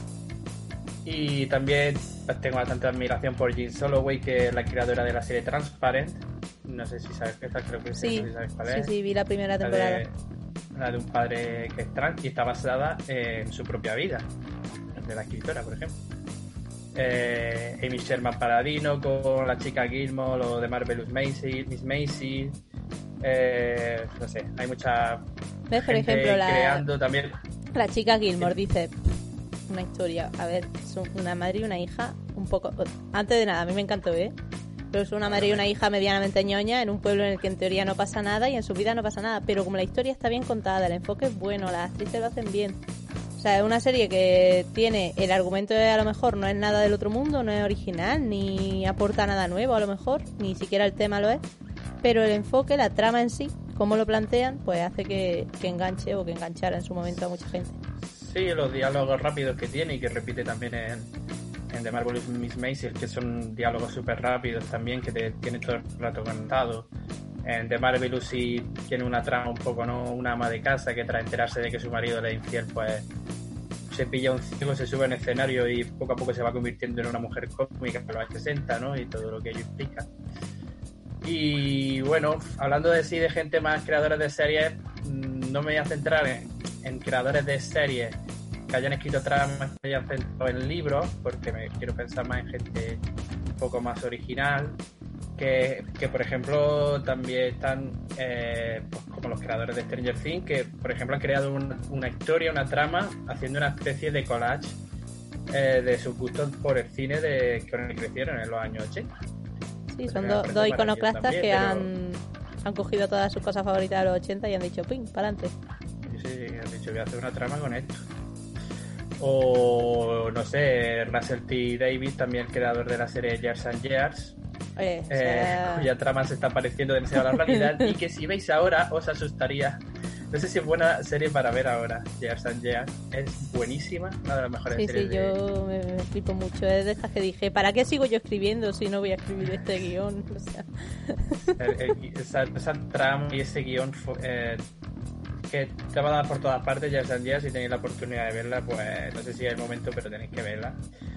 Y también pues, tengo bastante admiración por Jean Soloway, que es la creadora de la serie Transparent. No sé si sabes, esta creo que Sí, no sé si sabes cuál sí, es. sí, vi la primera La temporada. de, la de un padre que es trans y está basada en su propia vida, de la escritora, por ejemplo. Eh, Amy Sherman Paladino con la chica Gilmore o de Marvelous Macy, Miss Macy. Eh, no sé, hay mucha ¿Ves? Por gente ejemplo, la, creando también. la chica Gilmore dice una historia, a ver, son una madre y una hija un poco... Antes de nada, a mí me encantó, ¿eh? Pero es una madre y una hija medianamente ñoña en un pueblo en el que en teoría no pasa nada y en su vida no pasa nada, pero como la historia está bien contada, el enfoque es bueno, las actrices lo hacen bien. O sea, es una serie que tiene, el argumento de, a lo mejor no es nada del otro mundo, no es original, ni aporta nada nuevo a lo mejor, ni siquiera el tema lo es, pero el enfoque, la trama en sí, cómo lo plantean, pues hace que, que enganche o que enganchara en su momento a mucha gente. Sí, los diálogos rápidos que tiene y que repite también en, en The Marvelous Miss Maisel, que son diálogos súper rápidos también, que te tienen todo el rato contado. En The Marvelous sí tiene una trama un poco, ¿no? Una ama de casa que tras enterarse de que su marido le es infiel, pues se pilla un ciego, se sube en escenario y poco a poco se va convirtiendo en una mujer cómica de los sesenta, ¿no? Y todo lo que ello implica. Y bueno, hablando de sí de gente más creadora de series, no me voy a centrar en, en creadores de series que hayan escrito tramas que hayan centrado en libros, porque me quiero pensar más en gente un poco más original, que, que por ejemplo también están eh, pues, como los creadores de Stranger Things, que por ejemplo han creado un, una historia, una trama, haciendo una especie de collage eh, de sus gustos por el cine de con el que crecieron en los años ochenta. Sí, Pues son me do- parece dos maravilloso iconoclastas también, que pero- han, han cogido todas sus cosas favoritas de los ochenta y han dicho, ping, para adelante. Sí, sí, han dicho, voy a hacer una trama con esto. O, no sé, Russell T. Davies, también creador de la serie Years and Years, Oye, o eh, sea, cuya trama se está pareciendo demasiado a la realidad y que si veis ahora os asustaría. No sé si es buena serie para ver ahora. Years and Years es buenísima, una de las mejores sí, series sí, de... yo me, me flipo mucho. Es de estas que dije, ¿para qué sigo yo escribiendo si no voy a escribir este guión? O sea, el- el- esa, esa trama y ese guión fu- eh, que te va a dar por todas partes. Years and Years, si tenéis la oportunidad de verla, pues no sé si es el momento, pero tenéis que verla.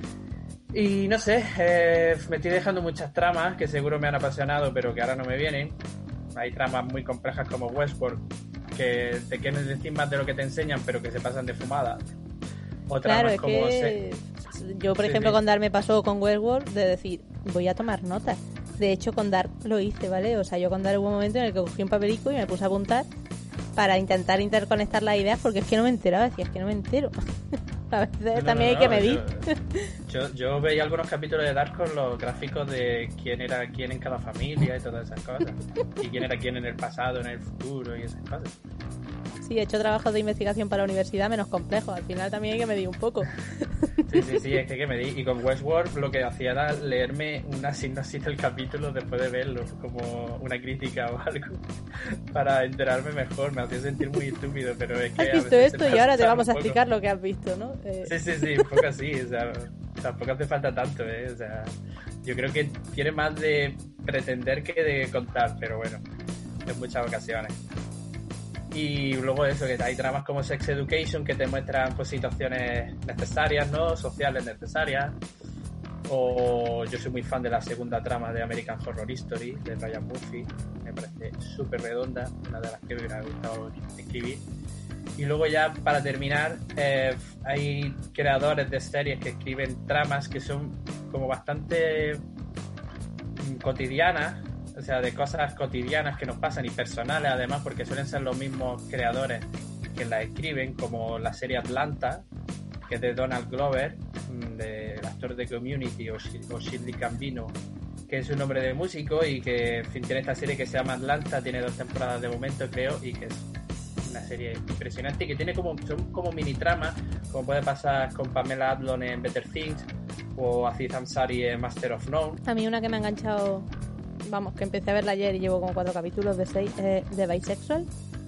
Y no sé, eh, me estoy dejando muchas tramas que seguro me han apasionado, pero que ahora no me vienen. Hay tramas muy complejas como Westworld, que te quieren decir más de lo que te enseñan, pero que se pasan de fumada. O tramas Claro, es como... que se... yo, por Sí, ejemplo, sí. con Dark me pasó con Westworld de decir, voy a tomar notas. De hecho, con Dark lo hice, ¿vale? O sea, yo con Dark hubo un momento en el que cogí un papelico y me puse a apuntar para intentar interconectar las ideas, porque es que no me enteraba, decía, es que no me entero. A veces No, no, también no, hay que no, medir. Yo, yo, yo veía algunos capítulos de Dark con los gráficos de quién era quién en cada familia y todas esas cosas. Y quién era quién en el pasado, en el futuro y esas cosas. Sí, he hecho trabajos de investigación para la universidad menos complejos. Al final también hay que medir un poco. Sí, sí, sí, es que hay que medir. Y con Westworld lo que hacía era leerme una sinopsis del capítulo después de verlo, como una crítica o algo, para enterarme mejor. Me hacía sentir muy estúpido, pero es que... Has a visto veces esto se y ahora te pasa vamos a un poco. explicar lo que has visto, ¿no? Eh, Sí, sí, sí, un poco así, o sea, tampoco hace falta tanto, ¿eh? O sea, yo creo que tiene más de pretender que de contar, pero bueno, en muchas ocasiones. Y luego eso, que hay dramas como Sex Education que te muestran pues situaciones necesarias, ¿no? Sociales necesarias. O yo soy muy fan de la segunda trama de American Horror Story, de Ryan Murphy, me parece súper redonda, una de las que me hubiera gustado escribir. Y luego ya, para terminar, eh, hay creadores de series que escriben tramas que son como bastante mm, cotidianas, o sea, de cosas cotidianas que nos pasan y personales además, porque suelen ser los mismos creadores que las escriben, como la serie Atlanta, que es de Donald Glover, mm, del actor de Community, o, Sh- o Shirley Gambino, que es un nombre de músico y que, en fin, tiene esta serie que se llama Atlanta, tiene dos temporadas de momento, creo, y que es una serie impresionante y que tiene como, son como mini tramas, como puede pasar con Pamela Adlon en Better Things o Aziz Ansari en Master of None. A mí una que me ha enganchado, vamos, que empecé a verla ayer y llevo como cuatro capítulos de seis, eh, de Bisexual.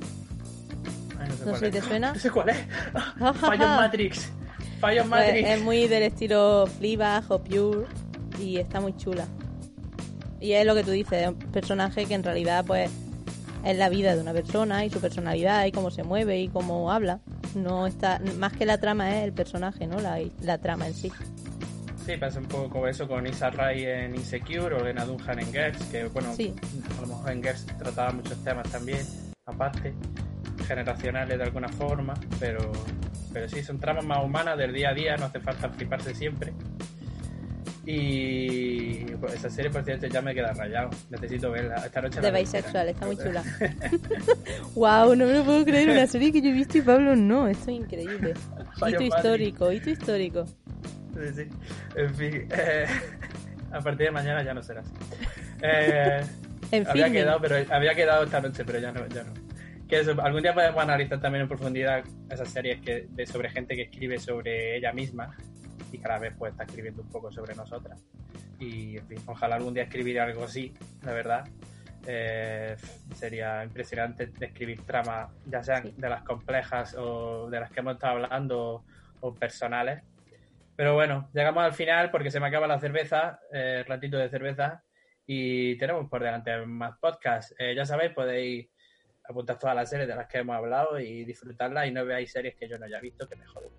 Ay, no sé, No cuál sé si es. te suena. No sé cuál es. Fallo en Matrix. Fallo en Pues Matrix. es muy del estilo Fleabag o Pure y está muy chula. Y es lo que tú dices, es un personaje que en realidad pues es la vida de una persona y su personalidad y cómo se mueve y cómo habla. No está, más que la trama es el personaje, ¿no? La, la trama en sí. Sí, pasa un poco como eso con Issa Rae en Insecure o Lena Dunham en Girls, que bueno, Sí. a lo mejor en Girls trataba muchos temas también, aparte, generacionales de alguna forma, pero, pero sí, son tramas más humanas del día a día, no hace falta fliparse siempre. Y pues, esa serie, por cierto, ya me queda rayado. Necesito verla. Esta noche De la Bisexual, veré. está muy chula. Wow, no me lo puedo creer, una serie que yo he visto y Pablo no, esto es increíble. Fallo Hito Madrid. histórico, hito histórico. Sí, sí. En fin, eh, a partir de mañana ya no será así. Eh, En había fin. quedado, pero había quedado esta noche, pero ya no, ya no. Que eso, algún día podemos analizar también en profundidad esas series que de sobre gente que escribe sobre ella misma y cada vez pues está escribiendo un poco sobre nosotras. Y en fin, ojalá algún día escribir algo así, la verdad. Eh, sería impresionante de escribir tramas, ya sean Sí. de las complejas o de las que hemos estado hablando o personales. Pero bueno, llegamos al final porque se me acaba la cerveza, eh, ratito de cerveza, y tenemos por delante más podcasts. Eh, ya sabéis, podéis apuntar todas las series de las que hemos hablado y disfrutarlas, y no veáis series que yo no haya visto, que me joden.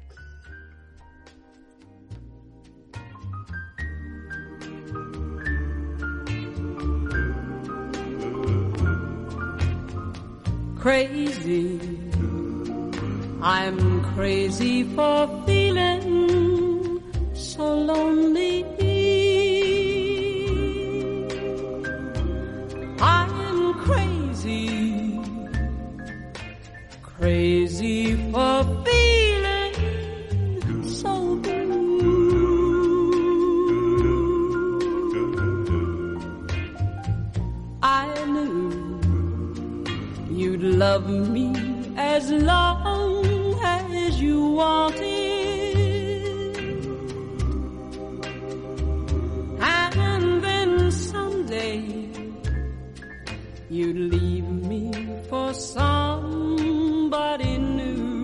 Crazy, I'm crazy for feeling so lonely. I'm crazy, crazy for feeling so blue. I knew you'd love me as long as you wanted, and then someday you'd leave me for somebody new.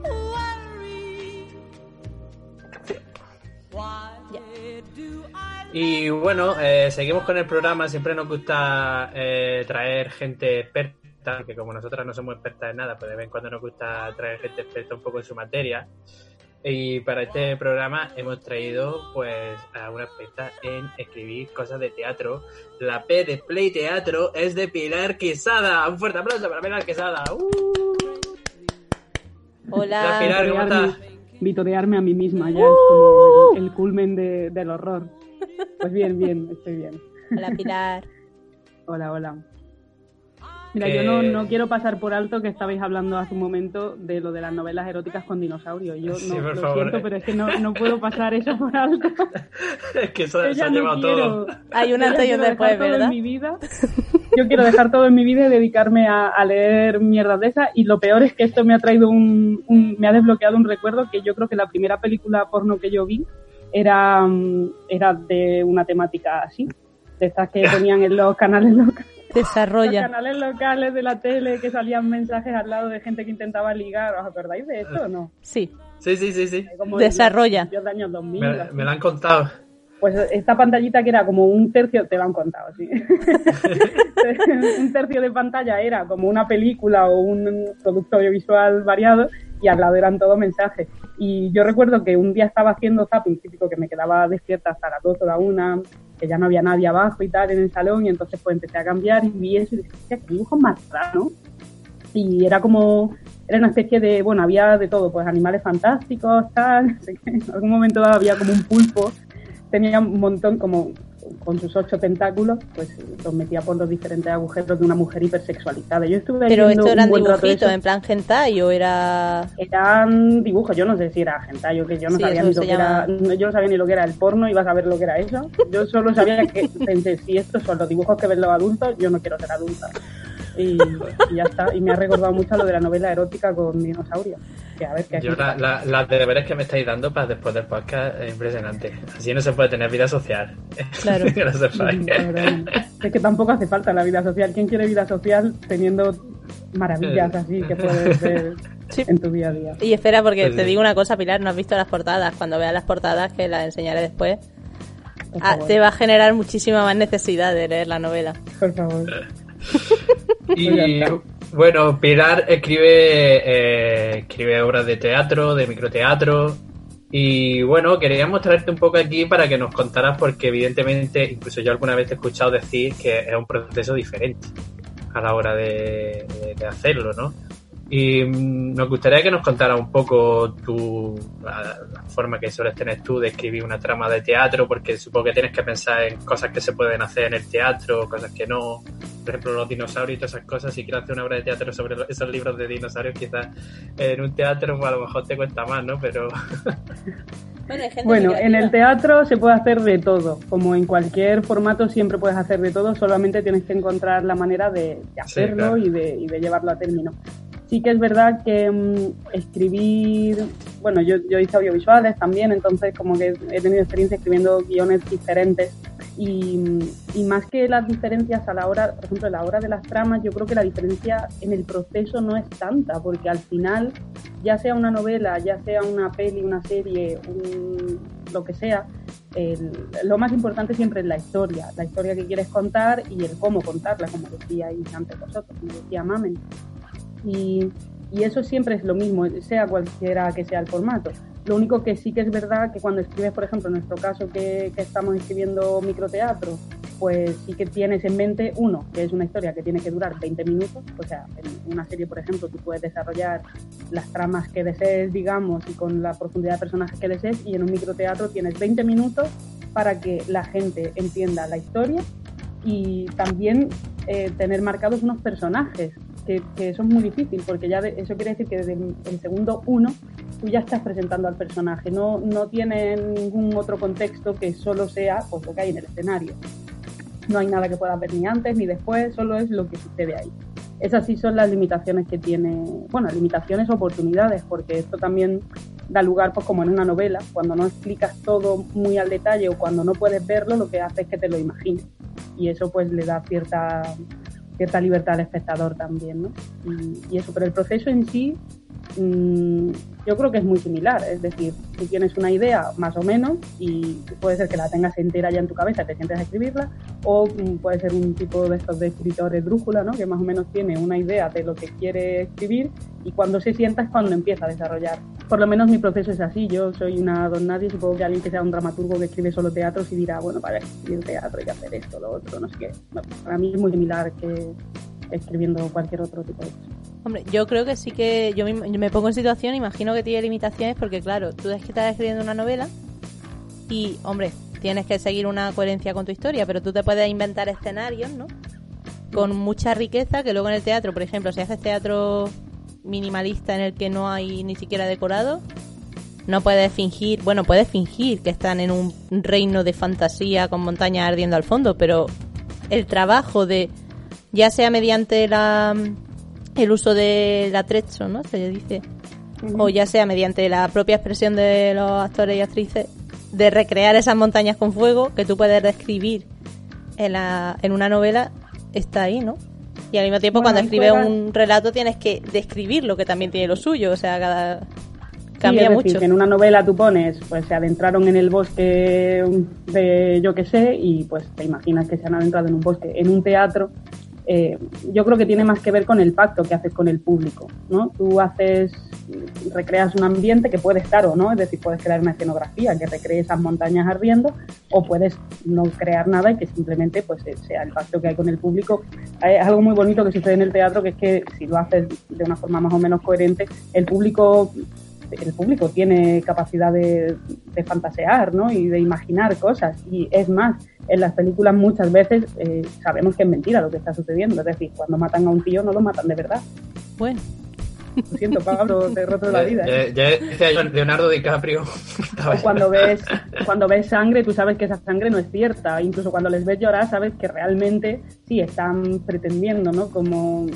Worry, why Ya. do I Y bueno, eh, seguimos con el programa. Siempre nos gusta eh, traer gente experta, que como nosotras no somos expertas en nada, pues de vez en cuando nos gusta traer gente experta un poco en su materia. Y para este programa hemos traído pues a una experta en escribir cosas de teatro. La P de Play Teatro es de Pilar Quesada. Un fuerte aplauso para Pilar Quesada. ¡Uh! Hola. Pilar, ¿cómo estás? Vitorearme a mí misma ya uh. es como el, el culmen de, del horror. Pues bien, bien, estoy bien. Hola, Pilar. Hola, hola. Mira, Eh... yo no, no quiero pasar por alto que estabais hablando hace un momento de lo de las novelas eróticas con dinosaurios. Yo sí, no por lo favor. siento, pero es que no, no puedo pasar eso por alto. Es que eso, se ha no llevado quiero. todo. Hay un antes y un después, ¿verdad? En mi vida. Yo quiero dejar todo en mi vida y dedicarme a, a leer mierdas de esas. Y lo peor es que esto me ha traído un, un... me ha desbloqueado un recuerdo que yo creo que la primera película porno que yo vi era, era de una temática así. De estas que ponían en los canales locales. Desarrolla. Los canales locales de la tele que salían mensajes al lado de gente que intentaba ligar. ¿Os acordáis de eso o no? Sí. Sí, sí, sí, sí. Como Desarrolla. Los años dos mil, Me, me lo han contado. Pues esta pantallita que era como un tercio, te lo han contado, sí. Un tercio de pantalla era como una película o un producto audiovisual variado y al lado eran todo mensajes. Y yo recuerdo que un día estaba haciendo zapping, típico que me quedaba despierta hasta las dos o la una, que ya no había nadie abajo y tal en el salón, y entonces pues empecé a cambiar y vi eso y dije, hostia, qué dibujos más raros, ¿no? Y era como, era una especie de, bueno, había de todo, pues animales fantásticos, tal, no sé qué. En algún momento había como un pulpo, tenía un montón, como con sus ocho tentáculos, pues los metía por los diferentes agujeros de una mujer hipersexualizada. Yo estuve Pero viendo esto eran un buen rato dibujitos, eso. en plan hentai o era... Eran dibujos, yo no sé si era hentai o que yo no Sí, sabía eso ni lo se que era, llama- yo no sabía ni lo que era el porno, iba a saber lo que era eso. Yo solo sabía que pensé, si estos son los dibujos que ven los adultos, yo no quiero ser adulta. Y, y ya está, y me ha recordado mucho lo de la novela erótica con dinosaurios. Que a ver, que Yo aquí- la, la, las deberes que me estáis dando para después del podcast es impresionante. Así no se puede tener vida social. Claro. Que lo sepáis. La verdad, es que tampoco hace falta la vida social. ¿Quién quiere vida social teniendo maravillas así que puedes ver Sí. en tu día a día? Y espera, porque Sí, te sí. digo una cosa, Pilar, no has visto las portadas. Cuando veas las portadas, que las enseñaré después, Por ah, favor, te va a generar muchísima más necesidad de leer la novela. por favor. Y bueno, Pilar escribe, eh, escribe obras de teatro, de microteatro. Y bueno, queríamos traerte un poco aquí para que nos contaras, porque evidentemente, incluso yo alguna vez te he escuchado decir que es un proceso diferente a la hora de, de- de hacerlo, ¿no? Y mm, nos gustaría que nos contaras un poco tu, la, la forma que sueles tener tú de escribir una trama de teatro, porque supongo que tienes que pensar en cosas que se pueden hacer en el teatro, cosas que no. Por ejemplo, los dinosaurios y todas esas cosas. Si quieres hacer una obra de teatro sobre lo- esos libros de dinosaurios, quizás en un teatro pues, a lo mejor te cuesta más, ¿no? Pero Bueno, hay gente Bueno, muy en el creativa. teatro se puede hacer de todo. Como en cualquier formato siempre puedes hacer de todo, solamente tienes que encontrar la manera de, de hacerlo claro. y, de, y de llevarlo a término. Sí que es verdad que mm, escribir, bueno, yo, yo hice audiovisuales también, entonces como que he tenido experiencia escribiendo guiones diferentes y, y más que las diferencias a la hora, por ejemplo, a la hora de las tramas, yo creo que la diferencia en el proceso no es tanta, porque al final, ya sea una novela, ya sea una peli, una serie, un, lo que sea, el, lo más importante siempre es la historia, la historia que quieres contar y el cómo contarla, como decíais antes vosotros, como decía Mamen. Y, y eso siempre es lo mismo, sea cualquiera que sea el formato. Lo único que sí que es verdad que cuando escribes, por ejemplo, en nuestro caso que, que estamos escribiendo microteatro, pues sí que tienes en mente, uno, que es una historia que tiene que durar veinte minutos, o sea, en una serie, por ejemplo, tú puedes desarrollar las tramas que desees, digamos, y con la profundidad de personajes que desees, y en un microteatro tienes veinte minutos para que la gente entienda la historia y también eh, tener marcados unos personajes, que, que eso es muy difícil, porque ya de, eso quiere decir que desde el, el segundo uno tú ya estás presentando al personaje, no, no tiene ningún otro contexto que solo sea pues, lo que hay en el escenario. No hay nada que puedas ver ni antes ni después, solo es lo que sucede ahí. Esas sí son las limitaciones que tiene, bueno, limitaciones, oportunidades, porque esto también da lugar, pues como en una novela, cuando no explicas todo muy al detalle o cuando no puedes verlo, lo que hace es que te lo imagines. Y eso pues le da cierta, cierta libertad al espectador también, ¿no? Y, y eso, pero el proceso en sí mmm, yo creo que es muy similar. Es decir, tú tienes una idea más o menos y puede ser que la tengas entera ya en tu cabeza y te sientes a escribirla, o mmm, puede ser un tipo de estos de escritores drújula, ¿no? Que más o menos tiene una idea de lo que quiere escribir y cuando se sienta es cuando empieza a desarrollar. Por lo menos mi proceso es así. Yo soy una don nadie, supongo que alguien que sea un dramaturgo que escribe solo teatros y dirá, bueno, para escribir teatro hay que hacer esto, lo otro, no sé qué. Bueno, para mí es muy similar que escribiendo cualquier otro tipo de cosas. Hombre, yo creo que sí que yo me, yo me pongo en situación, imagino que tiene limitaciones porque, claro, tú es que estás escribiendo una novela y, hombre, tienes que seguir una coherencia con tu historia, pero tú te puedes inventar escenarios, ¿no? Con mucha riqueza que luego en el teatro, por ejemplo, si haces teatro minimalista en el que no hay ni siquiera decorado, no puedes fingir, bueno, puedes fingir que están en un reino de fantasía con montañas ardiendo al fondo, pero el trabajo de, ya sea mediante la el uso del atrecho, ¿no? Se dice, uh-huh. o ya sea mediante la propia expresión de los actores y actrices, de recrear esas montañas con fuego que tú puedes describir en, la, en una novela, está ahí, ¿no? Y al mismo tiempo, bueno, cuando escribes fuera... un relato tienes que describirlo, que también tiene lo suyo, o sea, cada... cambia sí, es mucho. Decir, que en una novela tú pones, pues se adentraron en el bosque de yo que sé, y pues te imaginas que se han adentrado en un bosque. En un teatro, eh, yo creo que tiene más que ver con el pacto que haces con el público, ¿no? Tú haces, recreas un ambiente que puede estar o no, es decir, puedes crear una escenografía que recree esas montañas ardiendo, o puedes no crear nada y que simplemente pues sea el pacto que hay con el público. Hay algo muy bonito que sucede en el teatro, que es que si lo haces de una forma más o menos coherente, el público el público tiene capacidad de, de fantasear, ¿no? Y de imaginar cosas. Y es más, en las películas muchas veces eh, sabemos que es mentira lo que está sucediendo. Es decir, cuando matan a un tío no lo matan de verdad. Bueno. Lo siento, Pablo, te he roto la vida. ¿eh? Ya, ya decía yo, Leonardo DiCaprio. O cuando ves, cuando ves sangre, tú sabes que esa sangre no es cierta. Incluso cuando les ves llorar, sabes que realmente sí están pretendiendo, ¿no? Como...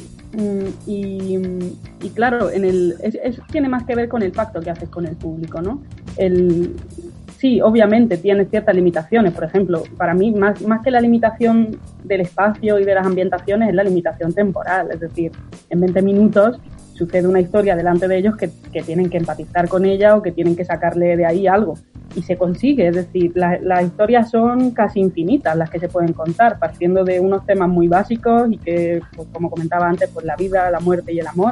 Y, y claro, en el es, es, tiene más que ver con el pacto que haces con el público, ¿no? El, sí, obviamente tiene ciertas limitaciones. Por ejemplo, para mí, más, más que la limitación del espacio y de las ambientaciones, es la limitación temporal. Es decir, en veinte minutos sucede una historia delante de ellos que, que tienen que empatizar con ella o que tienen que sacarle de ahí algo. Y se consigue, es decir, la, las historias son casi infinitas las que se pueden contar, partiendo de unos temas muy básicos y que, pues, como comentaba antes, pues la vida, la muerte y el amor.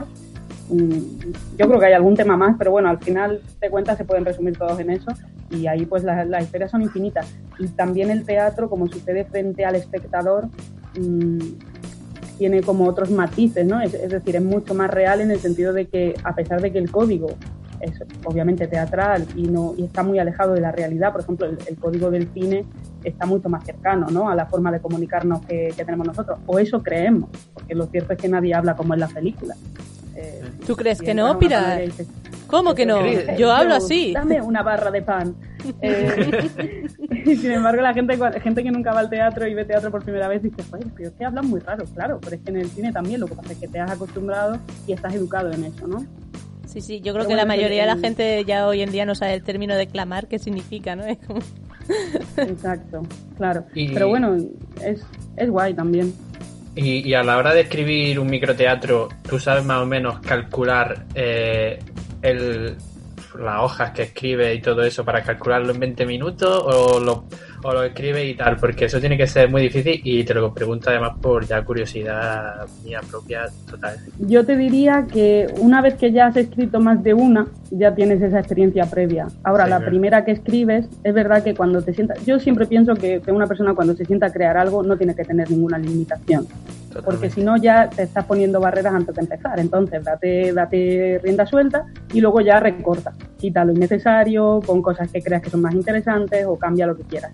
Yo creo que hay algún tema más, pero bueno, al final de cuentas se pueden resumir todos en eso y ahí pues las, las historias son infinitas. Y también el teatro, como sucede frente al espectador, mmm, tiene como otros matices, ¿no? Es, es decir, es mucho más real en el sentido de que, a pesar de que el código es obviamente teatral y no y está muy alejado de la realidad, por ejemplo, el, el código del cine está mucho más cercano, ¿no? A la forma de comunicarnos que, que tenemos nosotros, o eso creemos, porque lo cierto es que nadie habla como en la película. Eh, ¿Tú crees que no, Pira? ¿Cómo que no? Yo hablo así. Dame una barra de pan. Eh, y sin embargo, la gente, gente que nunca va al teatro y ve teatro por primera vez dice, pues, pero es que hablan muy raro, claro, pero es que en el cine también, lo que pasa es que te has acostumbrado y estás educado en eso, ¿no? Sí, sí, yo creo pero que bueno, la mayoría el... de la gente ya hoy en día no sabe el término de clamar, qué significa, ¿no? Es como... Exacto, claro. Y... Pero bueno, es, es guay también. Y, y a la hora de escribir un microteatro, ¿tú sabes más o menos calcular eh, el, las hojas que escribe y todo eso para calcularlo en veinte minutos o lo, o lo escribe y tal? Porque eso tiene que ser muy difícil y te lo pregunto además por ya curiosidad mía propia total. Yo te diría que una vez que ya has escrito más de una, ya tienes esa experiencia previa. Ahora, sí, la claro. primera que escribes, es verdad que cuando te sientas... Yo siempre pienso que, que una persona cuando se sienta a crear algo no tiene que tener ninguna limitación. Totalmente. Porque si no ya te estás poniendo barreras antes de empezar. Entonces, date, date rienda suelta y luego ya recorta. Quita lo innecesario, pon cosas que creas que son más interesantes o cambia lo que quieras.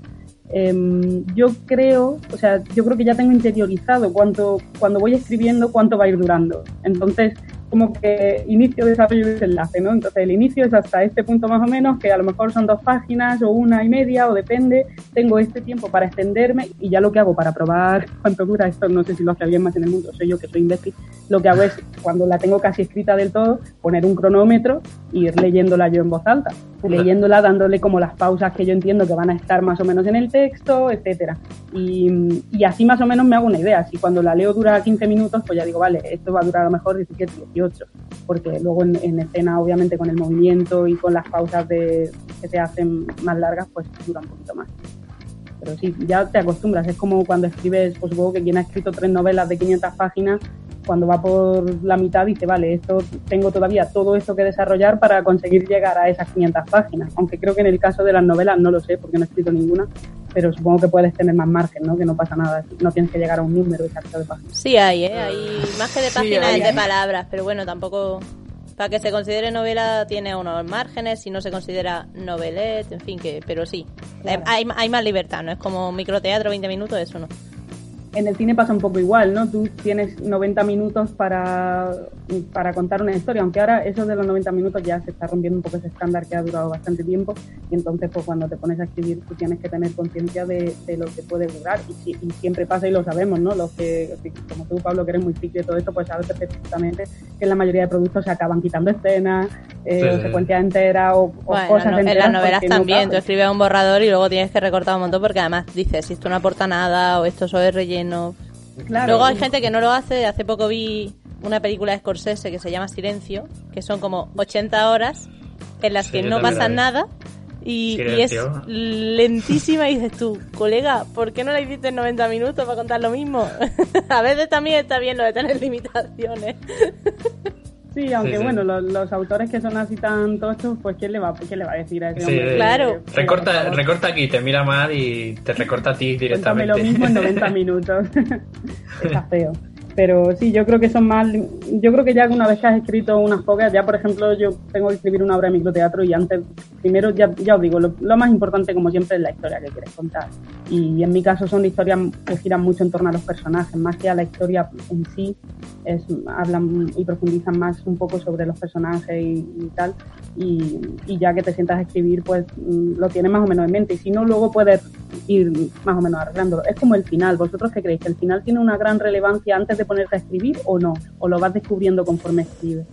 Eh, yo creo, o sea, yo creo que ya tengo interiorizado cuánto, cuando voy escribiendo, cuánto va a ir durando. Entonces, como que inicio, desarrollo y desenlace, ¿no? Entonces, el inicio es hasta este punto más o menos, que a lo mejor son dos páginas o una y media, o depende. Tengo este tiempo para extenderme y ya lo que hago para probar cuánto dura esto, no sé si lo hace alguien más en el mundo, soy yo que soy imbécil, lo que hago es, cuando la tengo casi escrita del todo, poner un cronómetro e ir leyéndola yo en voz alta. Leyéndola, dándole como las pausas que yo entiendo que van a estar más o menos en el texto, etcétera. Y, y así más o menos me hago una idea. Si cuando la leo dura quince minutos, pues ya digo, vale, esto va a durar a lo mejor diecisiete, dieciocho. porque luego en, en escena, obviamente, con el movimiento y con las pausas de, que se hacen más largas, pues dura un poquito más. Pero sí, ya te acostumbras, es como cuando escribes, pues supongo que quien ha escrito tres novelas de quinientas páginas, cuando va por la mitad dice, vale, esto tengo todavía todo esto que desarrollar para conseguir llegar a esas quinientas páginas, aunque creo que en el caso de las novelas no lo sé, porque no he escrito ninguna, pero supongo que puedes tener más margen, ¿no? Que no pasa nada, no tienes que llegar a un número exacto de páginas. Sí hay, ¿eh? Hay más que de páginas, Sí, hay, es de hay. palabras, pero bueno, tampoco... Para que se considere novela tiene unos márgenes, si no se considera novelet, en fin, que pero sí, Claro. hay, hay más libertad, no es como microteatro, veinte minutos, eso no. En el cine pasa un poco igual, ¿no? Tú tienes noventa minutos para, para contar una historia, aunque ahora eso de los noventa minutos ya se está rompiendo un poco ese estándar que ha durado bastante tiempo, y entonces pues cuando te pones a escribir tú tienes que tener conciencia de, de lo que puede durar, y, si- y siempre pasa y lo sabemos, ¿no? Los que, como tú, Pablo, que eres muy friki de todo esto, pues sabes perfectamente que en la mayoría de productos se acaban quitando escenas, eh, Sí, o sí. secuencias enteras, o, o Bueno, cosas no- en enteras las novelas porque no también, tú caben. escribes un borrador y luego tienes que recortar un montón porque además dices, si esto no aporta nada o esto solo es relleno. Claro. Luego hay gente que no lo hace, hace poco vi una película de Scorsese que se llama Silencio, que son como ochenta horas en las Sí, que yo no también pasa la vi. nada y, y es Silencio. lentísima y dices tú, colega, ¿por qué no la hiciste en noventa minutos para contar lo mismo? A veces también está bien lo de tener limitaciones. Sí, aunque Sí, sí. bueno, los, los autores que son así tan tochos, pues ¿quién le va, quién le va a decir a ese Sí, hombre? eh, Claro. que- Recorta, por favor, recorta aquí, te mira mal y te recorta a ti cuéntame directamente. lo mismo en noventa minutos. Está feo. Pero sí, yo creo que son más... Yo creo que ya una vez que has escrito unas pocas, ya por ejemplo yo tengo que escribir una obra de microteatro y antes, primero ya, ya os digo, lo, lo más importante como siempre es la historia que quieres contar. Y en mi caso son historias que giran mucho en torno a los personajes, más que a la historia en sí, es, hablan y profundizan más un poco sobre los personajes y, y tal. Y, y ya que te sientas a escribir, pues mm, lo tienes más o menos en mente. Y si no, luego puedes ir más o menos arreglándolo. Es como el final. ¿Vosotros qué creéis? ¿Que el final tiene una gran relevancia antes de ponerte a escribir o no? ¿O lo vas descubriendo conforme escribes?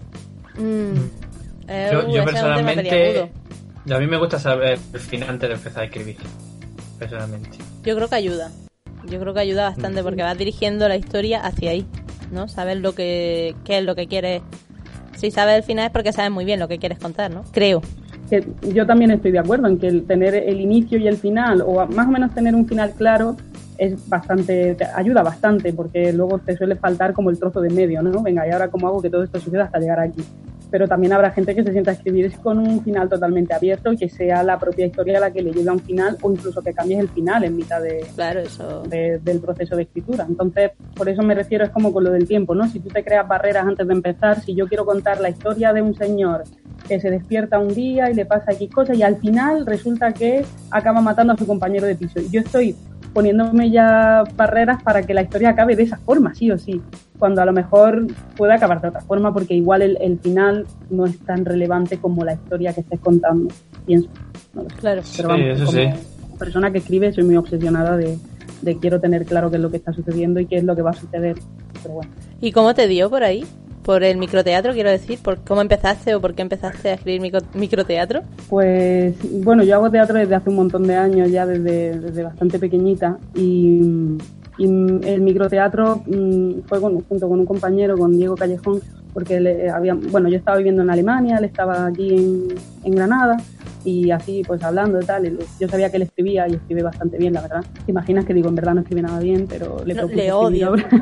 Mm. Eh, Yo, uh, yo ese es un tema personalmente, peliagudo. a mí me gusta saber el final antes de empezar a escribir, personalmente. Yo creo que ayuda. Yo creo que ayuda bastante porque vas dirigiendo la historia hacia ahí, ¿no? Saber lo que qué es lo que quieres. Si sabes el final es porque sabes muy bien lo que quieres contar, ¿no? Creo. Que yo también estoy de acuerdo en que el tener el inicio y el final, o más o menos tener un final claro, es bastante, te ayuda bastante, porque luego te suele faltar como el trozo de medio, ¿no? Venga, ¿y ahora cómo hago que todo esto suceda hasta llegar aquí? Pero también habrá gente que se sienta a escribir con un final totalmente abierto y que sea la propia historia la que le lleve a un final, o incluso que cambies el final en mitad de, Claro, eso. de- del proceso de escritura. Entonces, por eso me refiero, es como con lo del tiempo, ¿no? Si tú te creas barreras antes de empezar, si yo quiero contar la historia de un señor que se despierta un día y le pasa X cosas y al final resulta que acaba matando a su compañero de piso. Y yo estoy poniéndome ya barreras para que la historia acabe de esa forma, sí o sí, cuando a lo mejor puede acabar de otra forma, porque igual el, el final no es tan relevante como la historia que estés contando, pienso. No lo sé. Claro. Pero Sí, vamos, eso como sí. persona que escribe soy muy obsesionada de, de quiero tener claro qué es lo que está sucediendo y qué es lo que va a suceder. Pero bueno. ¿Y cómo te dio por ahí? Por el microteatro, quiero decir. ¿Por cómo empezaste o por qué empezaste a escribir micro- microteatro? Pues bueno, yo hago teatro desde hace un montón de años, ya desde, desde bastante pequeñita, y, y el microteatro mm, fue con- junto con un compañero, con Diego Callejón, porque le, había, bueno, yo estaba viviendo en Alemania, él estaba aquí en, en Granada, y así pues hablando y tal, y yo sabía que él escribía y escribe bastante bien, la verdad. ¿Te imaginas que digo, en verdad no escribe nada bien, pero le No, propuse le escribir odio. obra?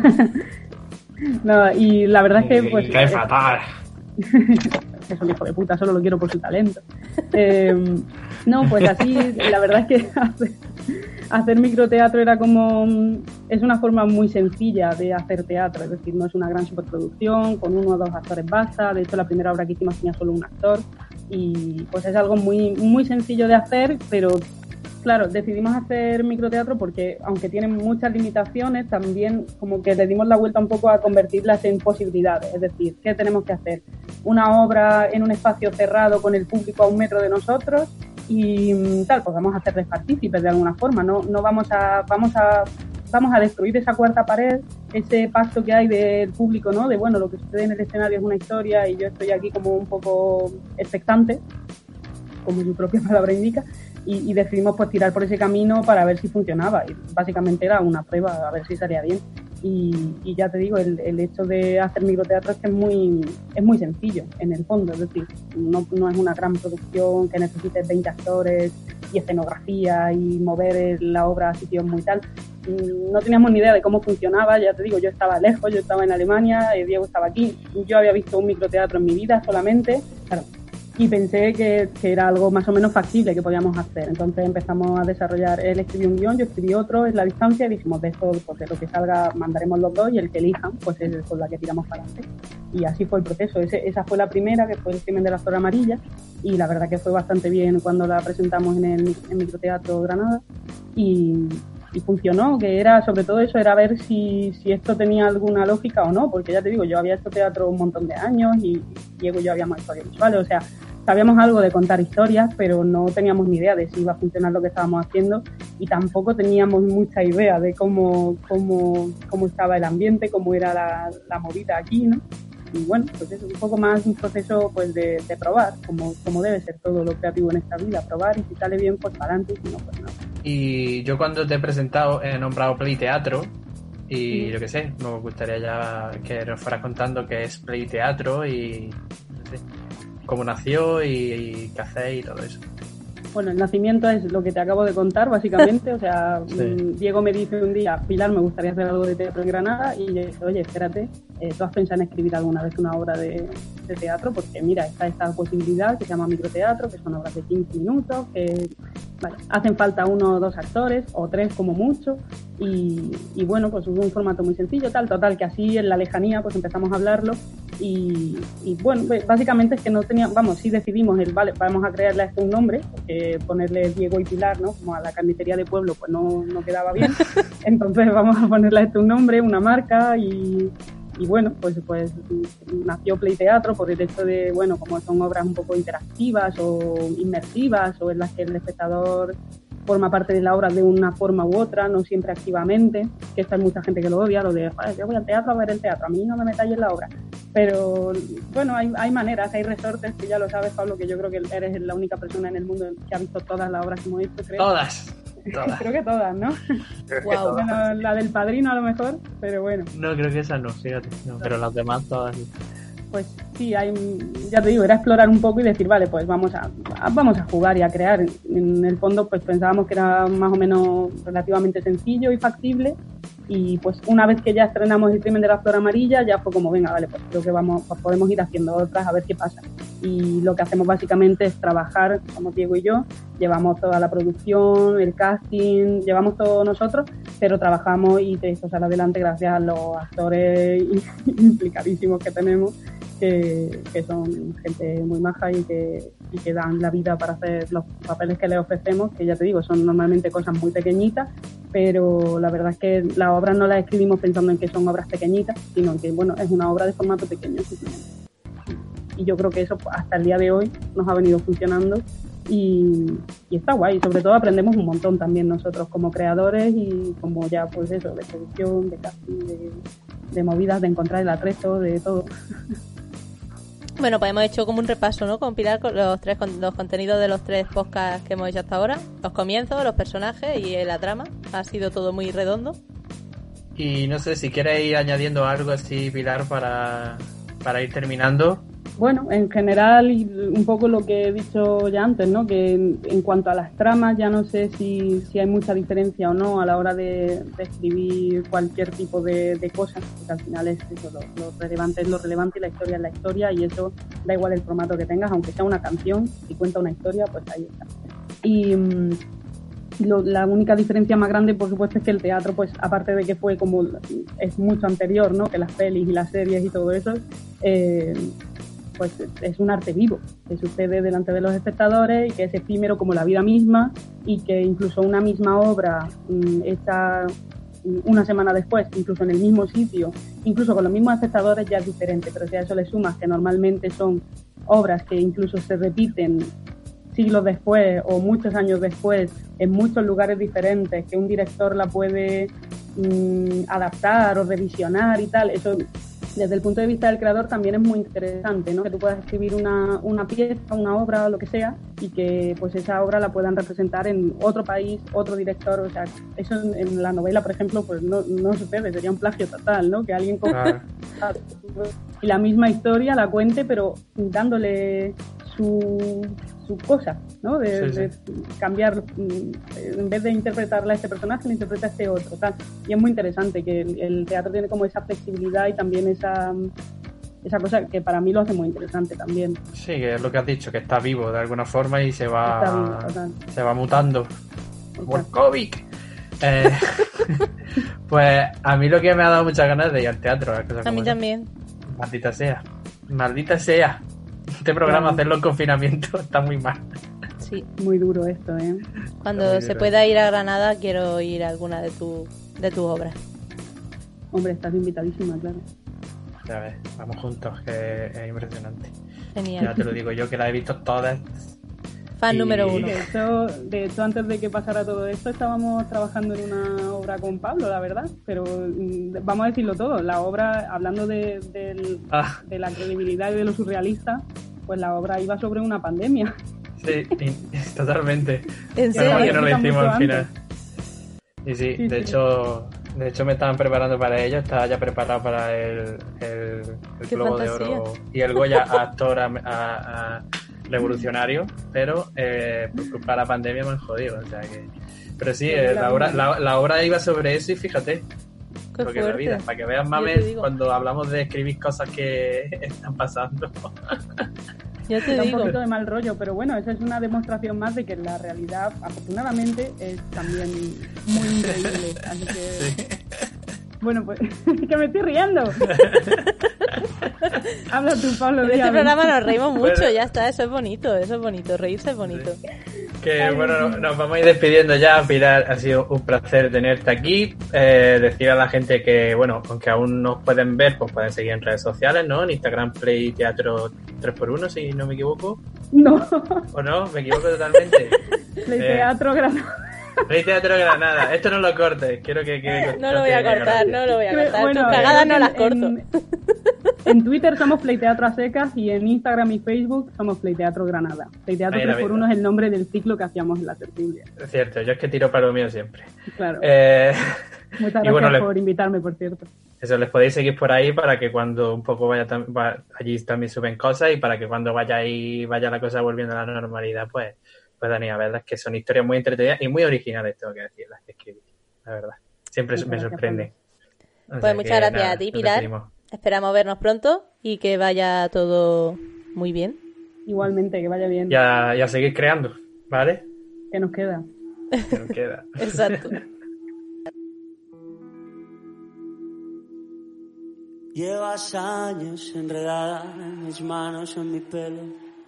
No, y la verdad es que Y pues cae eh, fatal. es un hijo de puta, solo lo quiero por su talento. Eh, no, pues así, la verdad es que hacer, hacer microteatro era como, es una forma muy sencilla de hacer teatro, es decir, no es una gran superproducción, con uno o dos actores basta, de hecho la primera obra que hicimos tenía solo un actor, y pues es algo muy, muy sencillo de hacer, pero claro, decidimos hacer microteatro porque, aunque tienen muchas limitaciones, también como que le dimos la vuelta un poco a convertirlas en posibilidades. Es decir, ¿qué tenemos que hacer? Una obra en un espacio cerrado con el público a un metro de nosotros y mm, tal, pues vamos a hacerles partícipes de alguna forma. No, no vamos a, vamos a, vamos a destruir esa cuarta pared, ese pacto que hay del público, ¿no? De bueno, lo que sucede en el escenario es una historia y yo estoy aquí como un poco expectante, como su propia palabra indica. Y, y decidimos pues tirar por ese camino para ver si funcionaba y básicamente era una prueba a ver si salía bien Y, y ya te digo, el, el hecho de hacer microteatro es que es muy, es muy sencillo, en el fondo. Es decir, no, no es una gran producción que necesite veinte actores y escenografía y mover la obra a sitios muy tal. No teníamos ni idea de cómo funcionaba, ya te digo, yo estaba lejos, yo estaba en Alemania, Diego estaba aquí, yo había visto un microteatro en mi vida solamente, claro, y pensé que, que era algo más o menos factible que podíamos hacer. Entonces empezamos a desarrollar, él escribió un guión, yo escribí otro, es la distancia, y dijimos de esto, pues de lo que salga mandaremos los dos y el que elijan, pues es con la que tiramos para adelante. Y así fue el proceso. Ese, esa fue la primera, que fue El crimen de la flor amarilla, y la verdad que fue bastante bien cuando la presentamos en el en Microteatro Granada, y, y funcionó, que era, sobre todo eso, era ver si, si esto tenía alguna lógica o no, porque ya te digo, yo había hecho teatro un montón de años y Diego y yo habíamos hecho audiovisuales, o sea, sabíamos algo de contar historias, pero no teníamos ni idea de si iba a funcionar lo que estábamos haciendo, y tampoco teníamos mucha idea de cómo, cómo, cómo estaba el ambiente, cómo era la, la movida aquí, ¿no? Y bueno, pues es un poco más un proceso pues de, de probar, como, como debe ser todo lo creativo en esta vida, probar, y si sale bien, pues para adelante, y si no, pues no. Y yo cuando te he presentado he nombrado Play Teatro, y yo qué sé, me gustaría ya que nos fueras contando qué es Play Teatro y no sé, cómo nació y, y qué hacéis y todo eso. Bueno, el nacimiento es lo que te acabo de contar, básicamente. O sea, sí. Diego me dice un día, Pilar, me gustaría hacer algo de teatro en Granada, y yo dije, oye, espérate, eh, ¿tú has pensado en escribir alguna vez una obra de, de teatro? Porque mira, está esta posibilidad que se llama microteatro, que son obras de quince minutos, que vale, hacen falta uno o dos actores, o tres como mucho, y, y bueno, pues es un formato muy sencillo, tal, total, que así en la lejanía pues empezamos a hablarlo, y, y bueno, básicamente es que no teníamos, vamos, sí decidimos, el vale, vamos a crearle a esto un nombre, porque ponerle Diego y Pilar, ¿no? Como a la carnicería de pueblo, pues no, no quedaba bien, entonces vamos a ponerle a esto un nombre, una marca, y, y bueno, pues, pues nació Play Teatro por el hecho de, bueno, como son obras un poco interactivas o inmersivas, o en las que el espectador forma parte de la obra de una forma u otra, no siempre activamente, que esta hay mucha gente que lo odia, lo de, yo voy al teatro a ver el teatro, a mí no me metáis en la obra. Pero bueno, hay, hay maneras, hay resortes, que ya lo sabes, Pablo, que yo creo que eres la única persona en el mundo que ha visto todas las obras que hemos hecho, creo. Todas. Todas. Creo que todas, ¿no? Wow. Bueno, la del Padrino a lo mejor, pero bueno. No, creo que esa no, fíjate, no, pero las demás todas. Pues sí, hay, ya te digo, era explorar un poco y decir, vale, pues vamos a, vamos a jugar y a crear. En el fondo, pues pensábamos que era más o menos relativamente sencillo y factible, y pues una vez que ya estrenamos El crimen de la flor amarilla, ya fue como, venga, vale, pues creo que vamos, pues podemos ir haciendo otras a ver qué pasa. Y lo que hacemos básicamente es trabajar, como Diego y yo, llevamos toda la producción, el casting, llevamos todo nosotros, pero trabajamos y esto sale adelante gracias a los actores implicadísimos que tenemos, que, que son gente muy maja y que, y que dan la vida para hacer los papeles que les ofrecemos, que ya te digo, son normalmente cosas muy pequeñitas, pero la verdad es que las obras no las escribimos pensando en que son obras pequeñitas, sino en que, bueno, es una obra de formato pequeño simplemente. Y yo creo que eso hasta el día de hoy nos ha venido funcionando, y, y está guay. Sobre todo aprendemos un montón también nosotros como creadores, y como ya pues eso, de producción, de casting, de, de movidas, de encontrar el atrezo, de todo. Bueno, pues hemos hecho como un repaso, ¿no? Con Pilar, con los tres con los contenidos de los tres podcasts que hemos hecho hasta ahora, los comienzos, los personajes y la trama. Ha sido todo muy redondo. Y no sé si quieres ir añadiendo algo así, Pilar, para, para ir terminando. Bueno, en general, un poco lo que he dicho ya antes, ¿no? Que en, en cuanto a las tramas, ya no sé si, si hay mucha diferencia o no a la hora de, de escribir cualquier tipo de, de cosas, porque al final es eso, lo, lo relevante es lo relevante y la historia es la historia, y eso da igual el formato que tengas, aunque sea una canción, si cuenta una historia, pues ahí está. Y lo, la única diferencia más grande, por supuesto, es que el teatro, pues aparte de que fue como, es mucho anterior, ¿no? Que las pelis y las series y todo eso, eh, pues es un arte vivo que sucede delante de los espectadores y que es efímero como la vida misma, y que incluso una misma obra mmm, hecha una semana después, incluso en el mismo sitio, incluso con los mismos espectadores, ya es diferente. Pero si a eso le sumas que normalmente son obras que incluso se repiten siglos después o muchos años después en muchos lugares diferentes, que un director la puede mmm, adaptar o revisionar y tal, eso desde el punto de vista del creador también es muy interesante, ¿no? Que tú puedas escribir una, una pieza, una obra o lo que sea y que pues esa obra la puedan representar en otro país, otro director, o sea, eso en, en la novela, por ejemplo, pues no, no sucede, sería un plagio total, ¿no? Que alguien coja ah. y la misma historia la cuente pero dándole su, su cosa, ¿no? De, sí, sí. de cambiar, en vez de interpretarla a este personaje, lo interpreta a este otro, tal. Y es muy interesante que el, el teatro tiene como esa flexibilidad y también esa esa cosa que para mí lo hace muy interesante también. Sí, que es lo que has dicho, que está vivo de alguna forma y se va vivo, se va mutando. Workovic. Eh, pues a mí lo que me ha dado muchas ganas de ir al teatro. A mí también. Maldita sea. Maldita sea. Este programa, hacerlo en confinamiento, está muy mal. Sí. Muy duro esto, ¿eh? Cuando se pueda ir a Granada, quiero ir a alguna de tu de tus obras. Hombre, estás invitadísima, claro. Ya ves, vamos juntos, que es impresionante. Genial. Ya te lo digo yo, que la he visto todas. Fan y... número uno. De hecho, de hecho, antes de que pasara todo esto, estábamos trabajando en una obra con Pablo, la verdad. Pero vamos a decirlo todo. La obra, hablando de, de, ah. de la credibilidad y de lo surrealista, pues la obra iba sobre una pandemia. Sí, totalmente. ¿En serio? Pero que no lo hicimos al final. Y sí, sí de sí. hecho... De hecho, me estaban preparando para ello, estaba ya preparado para el, el, el Globo de Oro y el Goya a actor a, a, a revolucionario, pero eh, por culpa de la pandemia me han jodido. O sea que... Pero sí, eh, la, obra, la, la obra iba sobre eso y fíjate, Qué lo que es la vida. Para que veas, mames, cuando hablamos de escribir cosas que están pasando. Yo te da digo. un poquito de mal rollo, pero bueno, esa es una demostración más de que la realidad, afortunadamente, es también muy increíble. Así que... Sí. Bueno, pues, que me estoy riendo. Habla tú, Pablo. En este programa nos reímos mucho, bueno, ya está, eso es bonito, eso es bonito, reírse es bonito. Sí. Que Ay, bueno, nos vamos a ir despidiendo ya. Pilar, ha sido un placer tenerte aquí. Eh, decir a la gente que, bueno, aunque aún nos pueden ver, pues pueden seguir en redes sociales, ¿no? En Instagram, Play Teatro tres por uno, si no me equivoco. No. ¿O no? Me equivoco totalmente. Play eh, Teatro Granada. Play Teatro Granada. Esto no lo cortes. Quiero que quede. No lo voy a cortar, no lo voy a cortar. Bueno, tus cagadas no las corto. En, en Twitter somos Play Teatro a secas y en Instagram y Facebook somos Play Teatro Granada. Play Teatro tres por uno es el nombre del ciclo que hacíamos en la tertulia. Es cierto, yo es que tiro para lo mío siempre. Claro. Eh, Muchas gracias bueno, por le... invitarme, por cierto. Eso, les podéis seguir por ahí para que cuando un poco vaya, tam- va, allí también suben cosas y para que cuando vaya ahí, vaya la cosa volviendo a la normalidad, pues puedan ir a verlas, que son historias muy entretenidas y muy originales, tengo que decir, las que escribí, la verdad. Siempre muchas me sorprende. Pues sea muchas gracias nada, a ti, Pilar. Esperamos vernos pronto y que vaya todo muy bien. Igualmente, que vaya bien. Y a, y a seguir creando, ¿vale? Que nos queda. Que nos queda. Exacto. Llevas años enredada en mis manos, en mi pelo,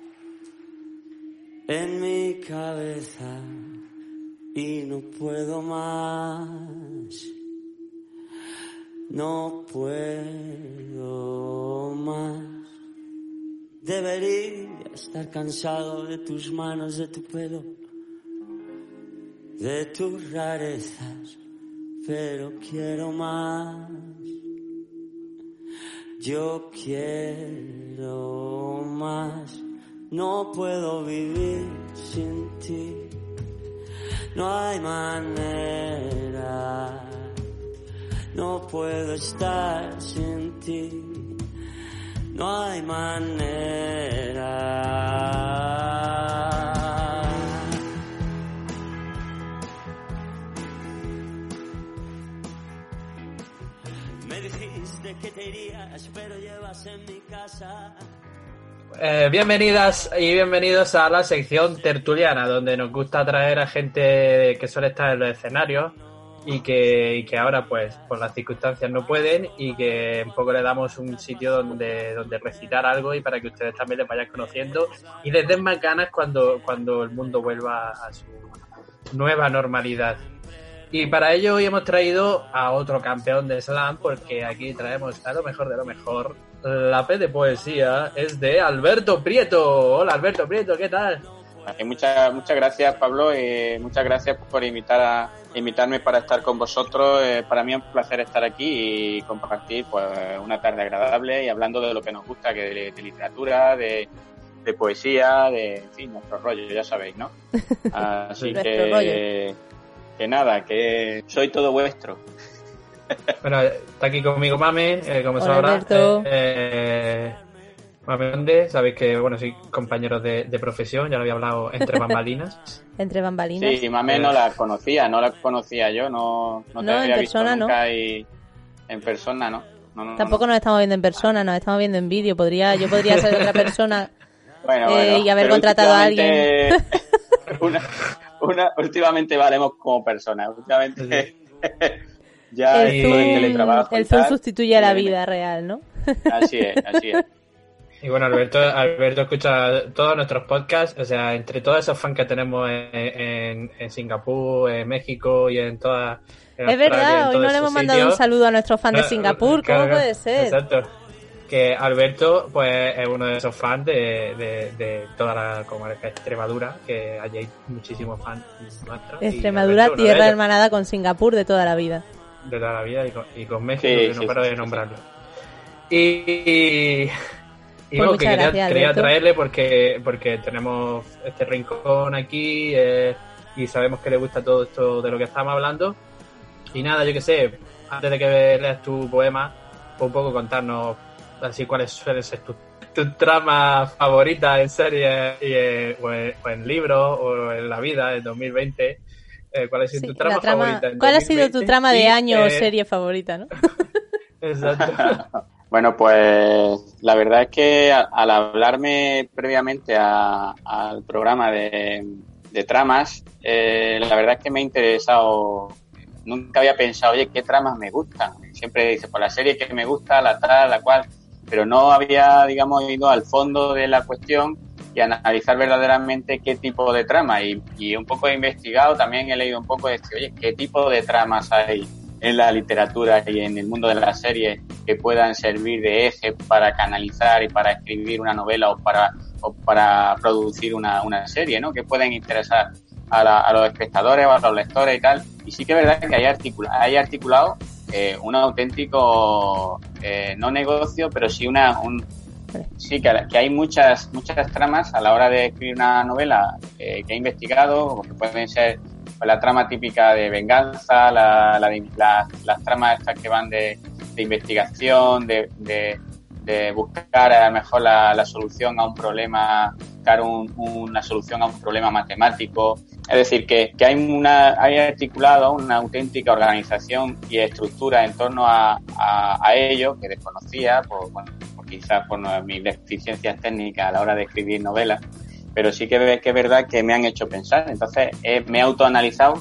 en mi cabeza, y no puedo más, no puedo más. Debería estar cansado de tus manos, de tu pelo, de tus rarezas, pero quiero más. Yo quiero más, no puedo vivir sin ti, no hay manera, no puedo estar sin ti, no hay manera. Me dijiste que te irías, pero llevas en mi casa. Eh, bienvenidas y bienvenidos a la sección tertuliana, donde nos gusta traer a gente que suele estar en los escenarios y que, y que ahora pues por las circunstancias no pueden, y que un poco le damos un sitio donde, donde recitar algo y para que ustedes también les vayan conociendo y les den más ganas cuando, cuando el mundo vuelva a su nueva normalidad. Y para ello hoy hemos traído a otro campeón de slam, porque aquí traemos a lo mejor de lo mejor. La P de poesía es de Alberto Prieto. Hola Alberto Prieto, ¿qué tal? Vale, muchas, muchas gracias, Pablo, y muchas gracias por invitar a, invitarme para estar con vosotros. Eh, para mí es un placer estar aquí y compartir pues una tarde agradable y hablando de lo que nos gusta, que de, de literatura, de, de poesía, de, en fin, nuestro rollo, ya sabéis, ¿no? Así que, que nada, que soy todo vuestro. Bueno, está aquí conmigo Mame, eh, como sabrás. Eh, eh, Mame Onde, sabéis que, bueno, soy compañeros de, de profesión, ya lo había hablado entre bambalinas. Entre bambalinas. Sí, Mame no la conocía, no la conocía yo, no, no te no, había en visto persona, nunca no. y en persona no. no, no Tampoco no. nos estamos viendo en persona, nos estamos viendo en vídeo. Podría, yo podría ser otra persona bueno, eh, bueno, y haber pero contratado a alguien. una, una, últimamente valemos como personas, últimamente ya el todo Zoom, el teletrabajo. el Zoom sustituye a la vida real, ¿no? Así es, así es. Y bueno, Alberto, Alberto escucha todos nuestros podcasts, o sea, entre todos esos fans que tenemos en, en, en Singapur, en México y en todas... En es verdad, hoy no le hemos mandado sitios. un saludo a nuestros fans de Singapur, ¿cómo Claro, puede ser? Exacto. Que Alberto, pues, es uno de esos fans de, de, de toda la comarca de Extremadura, que allí hay muchísimos fans nuestros. Extremadura, Alberto, tierra de hermanada con Singapur de toda la vida. De toda la vida y con, y con México, Sí, que sí, no paro sí, de sí, nombrarlo. Y... y... Y Pues bueno, que muchas quería, gracias, quería Alberto. traerle porque porque tenemos este rincón aquí eh, y sabemos que le gusta todo esto de lo que estamos hablando. Y nada, yo qué sé, antes de que leas tu poema, pues un poco contarnos así cuáles suelen ser tus tu tramas favoritas en series y en, o, en, o en libros o en la vida en dos mil veinte. Eh, ¿Cuál ha sido Sí, tu trama, la trama- favorita en ¿Cuál ha dos mil sido veinte? tu trama de Y, año o eh, serie favorita, no? Exacto. Bueno, pues la verdad es que al, al hablarme previamente a, al programa de, de tramas, eh, la verdad es que me ha interesado, nunca había pensado, oye, ¿qué tramas me gustan? Siempre dice, pues la serie que me gusta, la tal, la cual, pero no había, digamos, ido al fondo de la cuestión y analizar verdaderamente qué tipo de trama. Y, y un poco he investigado, también he leído un poco de decir, oye, ¿qué tipo de tramas hay en la literatura y en el mundo de las series que puedan servir de eje para canalizar y para escribir una novela o para o para producir una, una serie, ¿no? Que pueden interesar a, la, a los espectadores o a los lectores y tal. Y sí que es verdad que hay, articula, hay articulado eh, un auténtico, eh, no negocio, pero sí una... Un, sí, que, que hay muchas muchas tramas a la hora de escribir una novela eh, que he investigado, que pueden ser la trama típica de venganza, la, la, la, las tramas estas que van de, de investigación, de, de, de buscar a lo mejor la, la solución a un problema, buscar un, una solución a un problema matemático. Es decir, que, que hay una hay articulado una auténtica organización y estructura en torno a, a, a ello, que desconocía, por, bueno, por quizás por mis deficiencias técnicas a la hora de escribir novelas. Pero sí que, que es verdad que me han hecho pensar. Entonces eh, me he autoanalizado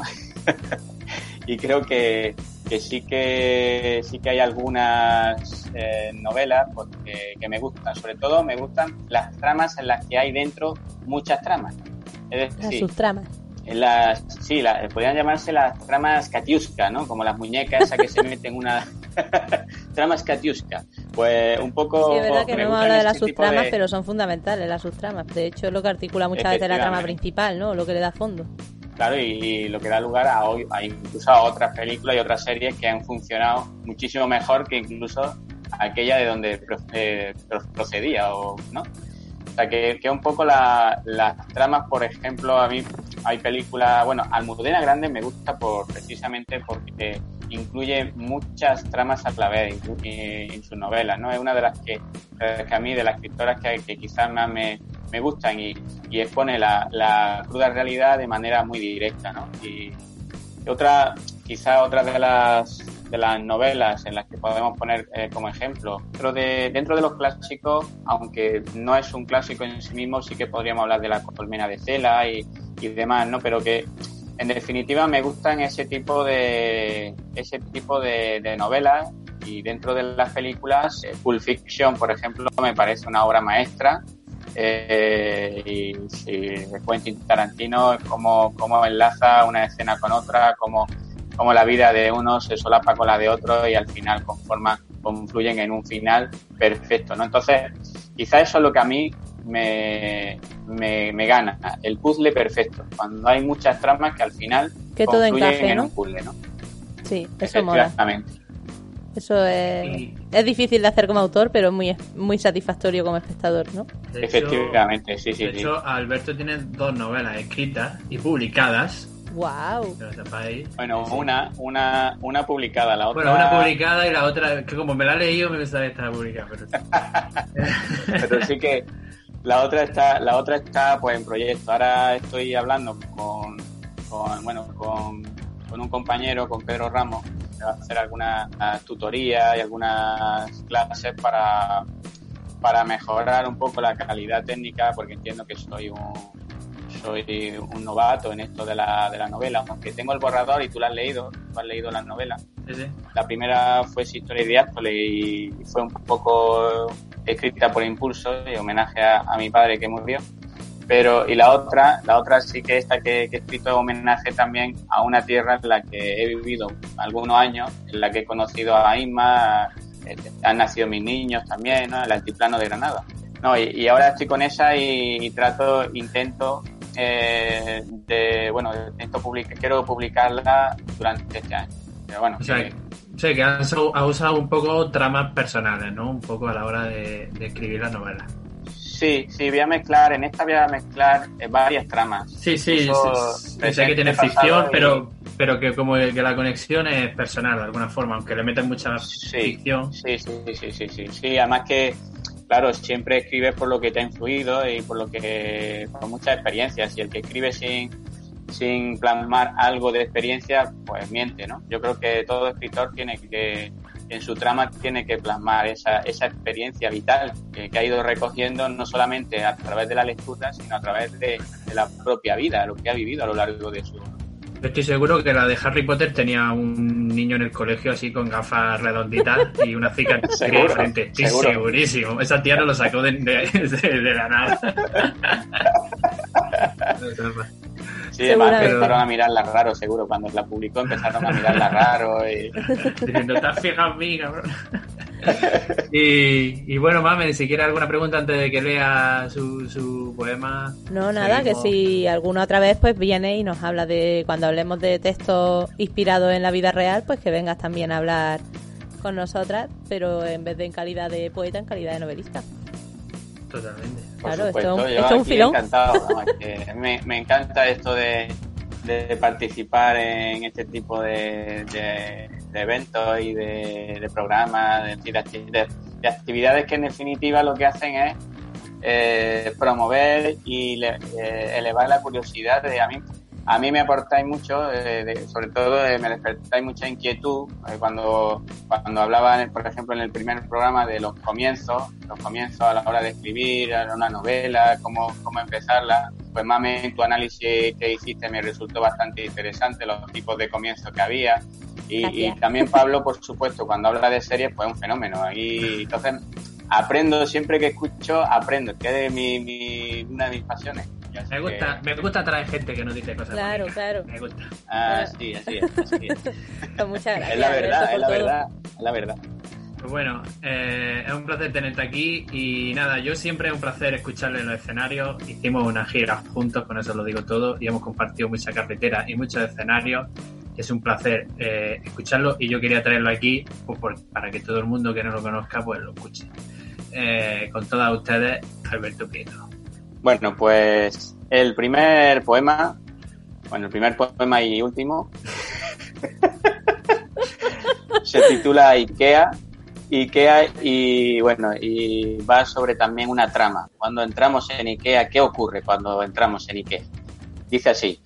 y creo que, que sí que sí que hay algunas eh, novelas pues, que, que me gustan. Sobre todo me gustan las tramas en las que hay dentro muchas tramas. Es decir, Las subtramas. en las, sí, la, podrían llamarse las tramas Katiuska, ¿no? Como las muñecas esas que se meten una... tramas Katiuska. Pues un poco... Sí, es verdad que me no hemos gustan hablado de las este tipo subtramas, de- pero son fundamentales las subtramas. De hecho, es lo que articula muchas veces la trama Efectivamente. principal, ¿no? Lo que le da fondo. Claro, y, y lo que da lugar a, hoy- a incluso a otras películas y otras series que han funcionado muchísimo mejor que incluso aquella de donde pro- eh, pro- procedía, o ¿no? O sea, que, que un poco la, las tramas, por ejemplo, a mí hay películas, bueno, Almudena Grande me gusta por precisamente porque incluye muchas tramas a la vez inclu- en, en sus novelas, ¿no? Es una de las que, que a mí, de las escritoras que, que quizás más me, me gustan y, y expone la, la cruda realidad de manera muy directa, ¿no? Y otra, quizás otra de las de las novelas en las que podemos poner eh, como ejemplo, dentro de, dentro de los clásicos, aunque no es un clásico en sí mismo, sí que podríamos hablar de La colmena de Cela y, y demás, ¿no? Pero que en definitiva me gustan ese tipo de ese tipo de, de novelas, y dentro de las películas eh, Pulp Fiction, por ejemplo, me parece una obra maestra. Eh, y si de Quentin Tarantino, cómo, cómo enlaza una escena con otra, cómo, cómo la vida de uno se solapa con la de otro y al final conforma, confluyen en un final perfecto, ¿no? Entonces, quizá eso es lo que a mí me, me, me gana. El puzzle perfecto. Cuando hay muchas tramas que al final que todo encaje, en ¿no? un puzzle, ¿no? Sí, eso mola. Exactamente. Eso es, es difícil de hacer como autor, pero es muy, muy satisfactorio como espectador, ¿no? De Efectivamente, hecho, sí, sí. De sí. hecho, Alberto tiene dos novelas escritas y publicadas. ¡Wow! Que lo sepáis. Bueno, una, una, una publicada, la otra... Bueno, una publicada y la otra, que como me la he leído, me pensaba que estaba publicada. Pero... pero sí que la otra está, la otra está pues en proyecto. Ahora estoy hablando con, con bueno, con, con un compañero, con Pedro Ramos, que va a hacer algunas tutorías y algunas clases para, para mejorar un poco la calidad técnica, porque entiendo que soy un soy un novato en esto de la, de la novela, aunque tengo el borrador y tú la has leído, tú has leído las novelas. Sí, sí. La primera fue Historia y Diástole y fue un poco escrita por impulso y homenaje a, a mi padre que murió. Pero, y la otra, la otra sí que esta que, que he escrito es homenaje también a una tierra en la que he vivido algunos años, en la que he conocido a Isma, eh, han nacido mis niños también, ¿no? El altiplano de Granada. No, y, y ahora estoy con esa y, y trato, intento, eh, de, bueno, intento publicar, quiero publicarla durante este año. Pero bueno. O sea, que, o sea, que has, has usado un poco tramas personales, ¿no? Un poco a la hora de, de escribir la novela. Sí, sí, voy a mezclar, en esta voy a mezclar eh, varias tramas. Sí, sí, sí, sí sé que tiene ficción, y... pero pero que como que la conexión es personal de alguna forma, aunque le meten mucha sí, ficción. Sí, sí, sí, sí, sí, sí, además que, claro, siempre escribes por lo que te ha influido y por lo que, por muchas experiencias, y el que escribe sin, sin plasmar algo de experiencia, pues miente, ¿no? Yo creo que todo escritor tiene que, en su trama tiene que plasmar esa, esa experiencia vital que, que ha ido recogiendo no solamente a través de la lectura, sino a través de, de la propia vida, lo que ha vivido a lo largo de su... Estoy seguro que la de Harry Potter tenía un niño en el colegio así con gafas redonditas y una cicatriz de frente. Estoy ¿Seguro? segurísimo. Esa tía no lo sacó de, de, de, de la nada. Sí, además empezaron a mirarla raro, seguro. Cuando la publicó empezaron a mirarla raro. Y... diciendo, te has fijado en mí, cabrón. Y, y bueno, Mame, si quieres alguna pregunta antes de que lea su, su poema. No, nada, seguimos. Que si alguna otra vez pues viene y nos habla de, cuando hablemos de textos inspirados en la vida real, pues que vengas también a hablar con nosotras, pero en vez de en calidad de poeta, en calidad de novelista. Totalmente. Claro, esto, esto es un filón. Encantado, ¿no? Es que me, me encanta esto de, de participar en este tipo de, de, de eventos y de, de programas, de, de, de actividades que en definitiva lo que hacen es eh, promover y le, eh, elevar la curiosidad de a mí. A mí me aportáis mucho, eh, de, sobre todo eh, me despertáis mucha inquietud eh, cuando cuando hablaba, por ejemplo, en el primer programa de los comienzos, los comienzos a la hora de escribir una novela, cómo, cómo empezarla. Pues Mame, tu análisis que hiciste me resultó bastante interesante, los tipos de comienzos que había. Y, y también Pablo, por supuesto, cuando habla de series, pues es un fenómeno. Y entonces aprendo, siempre que escucho, aprendo, que es mi, mi, una de mis pasiones. Me gusta, me gusta traer gente que nos dice cosas Claro, bonitas. claro. Me gusta. Ah, sí, así es, así es. Pues muchas gracias. Es la verdad, es la todo. verdad, es la verdad. Pues bueno, eh, es un placer tenerte aquí y nada, yo siempre es un placer escucharle en los escenarios. Hicimos una gira juntos, con eso lo digo todo, y hemos compartido mucha carretera y muchos escenarios. Es un placer eh, escucharlo y yo quería traerlo aquí pues, por, para que todo el mundo que no lo conozca pues lo escuche. Eh, con todas ustedes, Alberto Prieto. Bueno, pues el primer poema, bueno, el primer poema y último, se titula Ikea, Ikea y bueno, y va sobre también una trama. Cuando entramos en Ikea, ¿qué ocurre cuando entramos en Ikea? Dice así.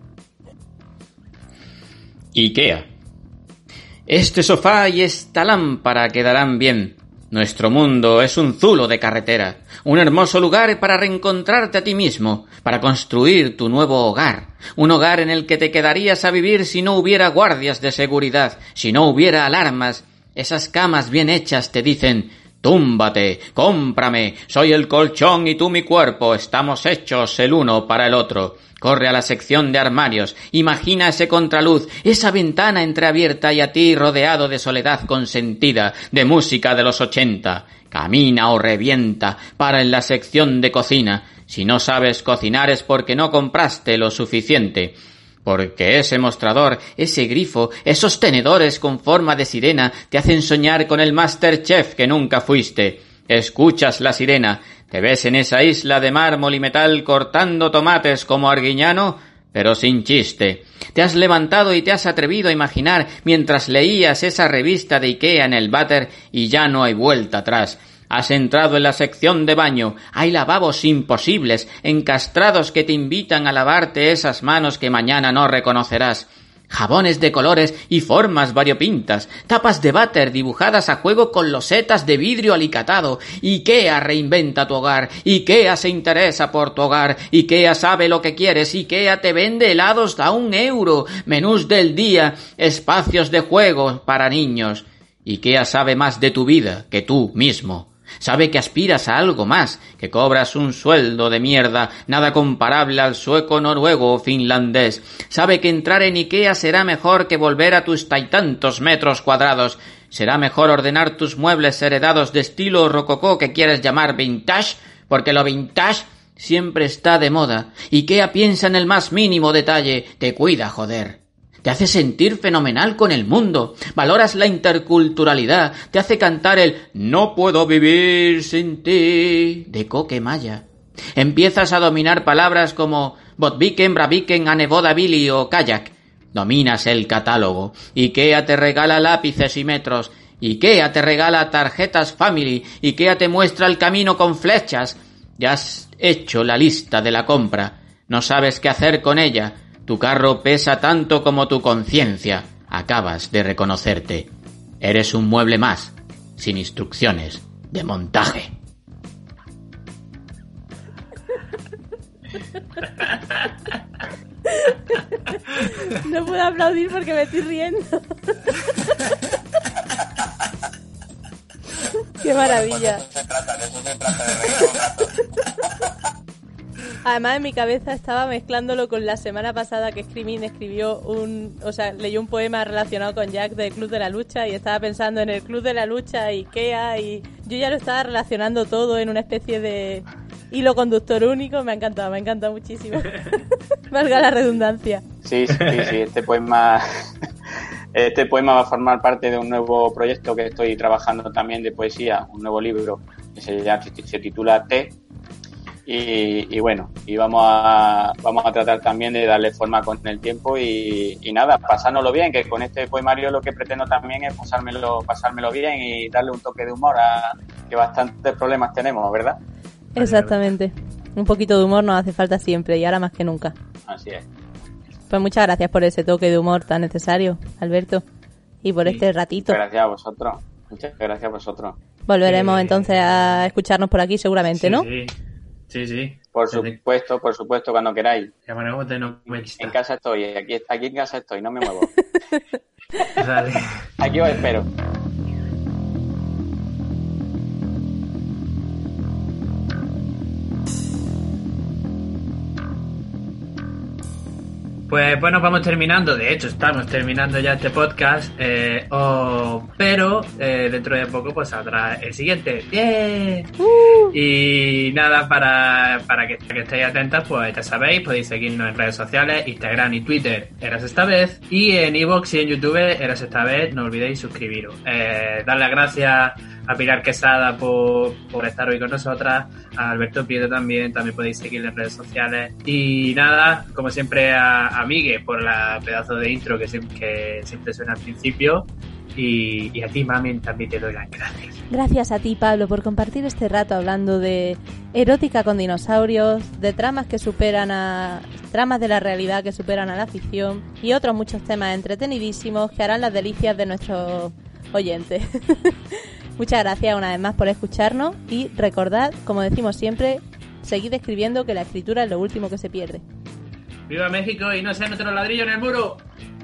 Ikea. Este sofá y esta lámpara quedarán bien. Nuestro mundo es un zulo de carretera, un hermoso lugar para reencontrarte a ti mismo, para construir tu nuevo hogar, un hogar en el que te quedarías a vivir si no hubiera guardias de seguridad, si no hubiera alarmas. Esas camas bien hechas te dicen, túmbate, cómprame, soy el colchón y tú mi cuerpo, estamos hechos el uno para el otro. Corre a la sección de armarios, imagina ese contraluz, esa ventana entreabierta y a ti rodeado de soledad consentida, de música de los ochenta. Camina o revienta, para en la sección de cocina. Si no sabes cocinar es porque no compraste lo suficiente. Porque ese mostrador, ese grifo, esos tenedores con forma de sirena te hacen soñar con el Masterchef que nunca fuiste. Escuchas la sirena, te ves en esa isla de mármol y metal cortando tomates como Arguiñano, pero sin chiste. Te has levantado y te has atrevido a imaginar mientras leías esa revista de Ikea en el váter y ya no hay vuelta atrás. Has entrado en la sección de baño. Hay lavabos imposibles, encastrados que te invitan a lavarte esas manos que mañana no reconocerás. Jabones de colores y formas variopintas, tapas de váter dibujadas a juego con losetas de vidrio alicatado. Ikea reinventa tu hogar, Ikea se interesa por tu hogar, Ikea sabe lo que quieres, Ikea te vende helados a un euro, menús del día, espacios de juego para niños. Ikea sabe más de tu vida que tú mismo. Sabe que aspiras a algo más, que cobras un sueldo de mierda, nada comparable al sueco, noruego o finlandés. Sabe que entrar en Ikea será mejor que volver a tus tantos metros cuadrados. Será mejor ordenar tus muebles heredados de estilo rococó que quieres llamar vintage, porque lo vintage siempre está de moda. Ikea piensa en el más mínimo detalle, te cuida, joder. Te hace sentir fenomenal con el mundo, valoras la interculturalidad, te hace cantar el «No puedo vivir sin ti» de Coquemaya. Empiezas a dominar palabras como «Botviken, Braviken, Aneboda, Billy» o «Kayak». Dominas el catálogo. Ikea te regala lápices y metros. Ikea te regala tarjetas Family. Ikea te muestra el camino con flechas. Ya has hecho la lista de la compra. No sabes qué hacer con ella. Tu carro pesa tanto como tu conciencia. Acabas de reconocerte. Eres un mueble más, sin instrucciones de montaje. No puedo aplaudir porque me estoy riendo. ¡Qué maravilla! Además, en mi cabeza estaba mezclándolo con la semana pasada que Screaming escribió un... O sea, leyó un poema relacionado con Jack del Club de la Lucha y estaba pensando en el Club de la Lucha, Ikea, y yo ya lo estaba relacionando todo en una especie de hilo conductor único. Me ha encantado, me ha encantado muchísimo. Valga la redundancia. Sí, sí, sí, este poema... Este poema va a formar parte de un nuevo proyecto que estoy trabajando también de poesía, un nuevo libro que se, llama, se titula T. Y, y bueno, y vamos a vamos a tratar también de darle forma con el tiempo y, y nada, pasárnoslo bien, que con este poemario lo que pretendo también es pasármelo, pasármelo bien y darle un toque de humor a que bastantes problemas tenemos, ¿verdad? Exactamente. Un poquito de humor nos hace falta siempre y ahora más que nunca. Así es. Pues muchas gracias por ese toque de humor tan necesario, Alberto, y por sí. este ratito. Muchas gracias a vosotros. Muchas gracias a vosotros. Volveremos Eh, entonces a escucharnos por aquí seguramente, sí, ¿no? Sí, sí, sí. Por supuesto, por supuesto, cuando queráis. Llamaremos de no En casa estoy, aquí, aquí en casa estoy, no me muevo. Dale. Aquí os espero. Pues bueno, vamos terminando. De hecho, estamos terminando ya este podcast. Eh, oh, pero eh, dentro de poco pues saldrá el siguiente. ¡Bien! Uh. Y nada, para, para que, que estéis atentas, pues ya sabéis, podéis seguirnos en redes sociales, Instagram y Twitter, Eras Esta Vez. Y en iVoox y en YouTube, Eras Esta Vez, no olvidéis suscribiros. Eh, dar las gracias a Pilar Quesada por, por estar hoy con nosotras, a Alberto Prieto también, también podéis seguirle en redes sociales. Y nada, como siempre a, a Migue por la pedazo de intro que, siempre, que siempre suena al principio. Y, y a ti, Mami, también te doy las gracias. Gracias a ti, Pablo, por compartir este rato hablando de erótica con dinosaurios, de tramas que superan a... tramas de la realidad que superan a la ficción y otros muchos temas entretenidísimos que harán las delicias de nuestros oyentes. Muchas gracias una vez más por escucharnos y recordad, como decimos siempre, seguid escribiendo, que la escritura es lo último que se pierde. ¡Viva México y no sean otro ladrillo en el muro!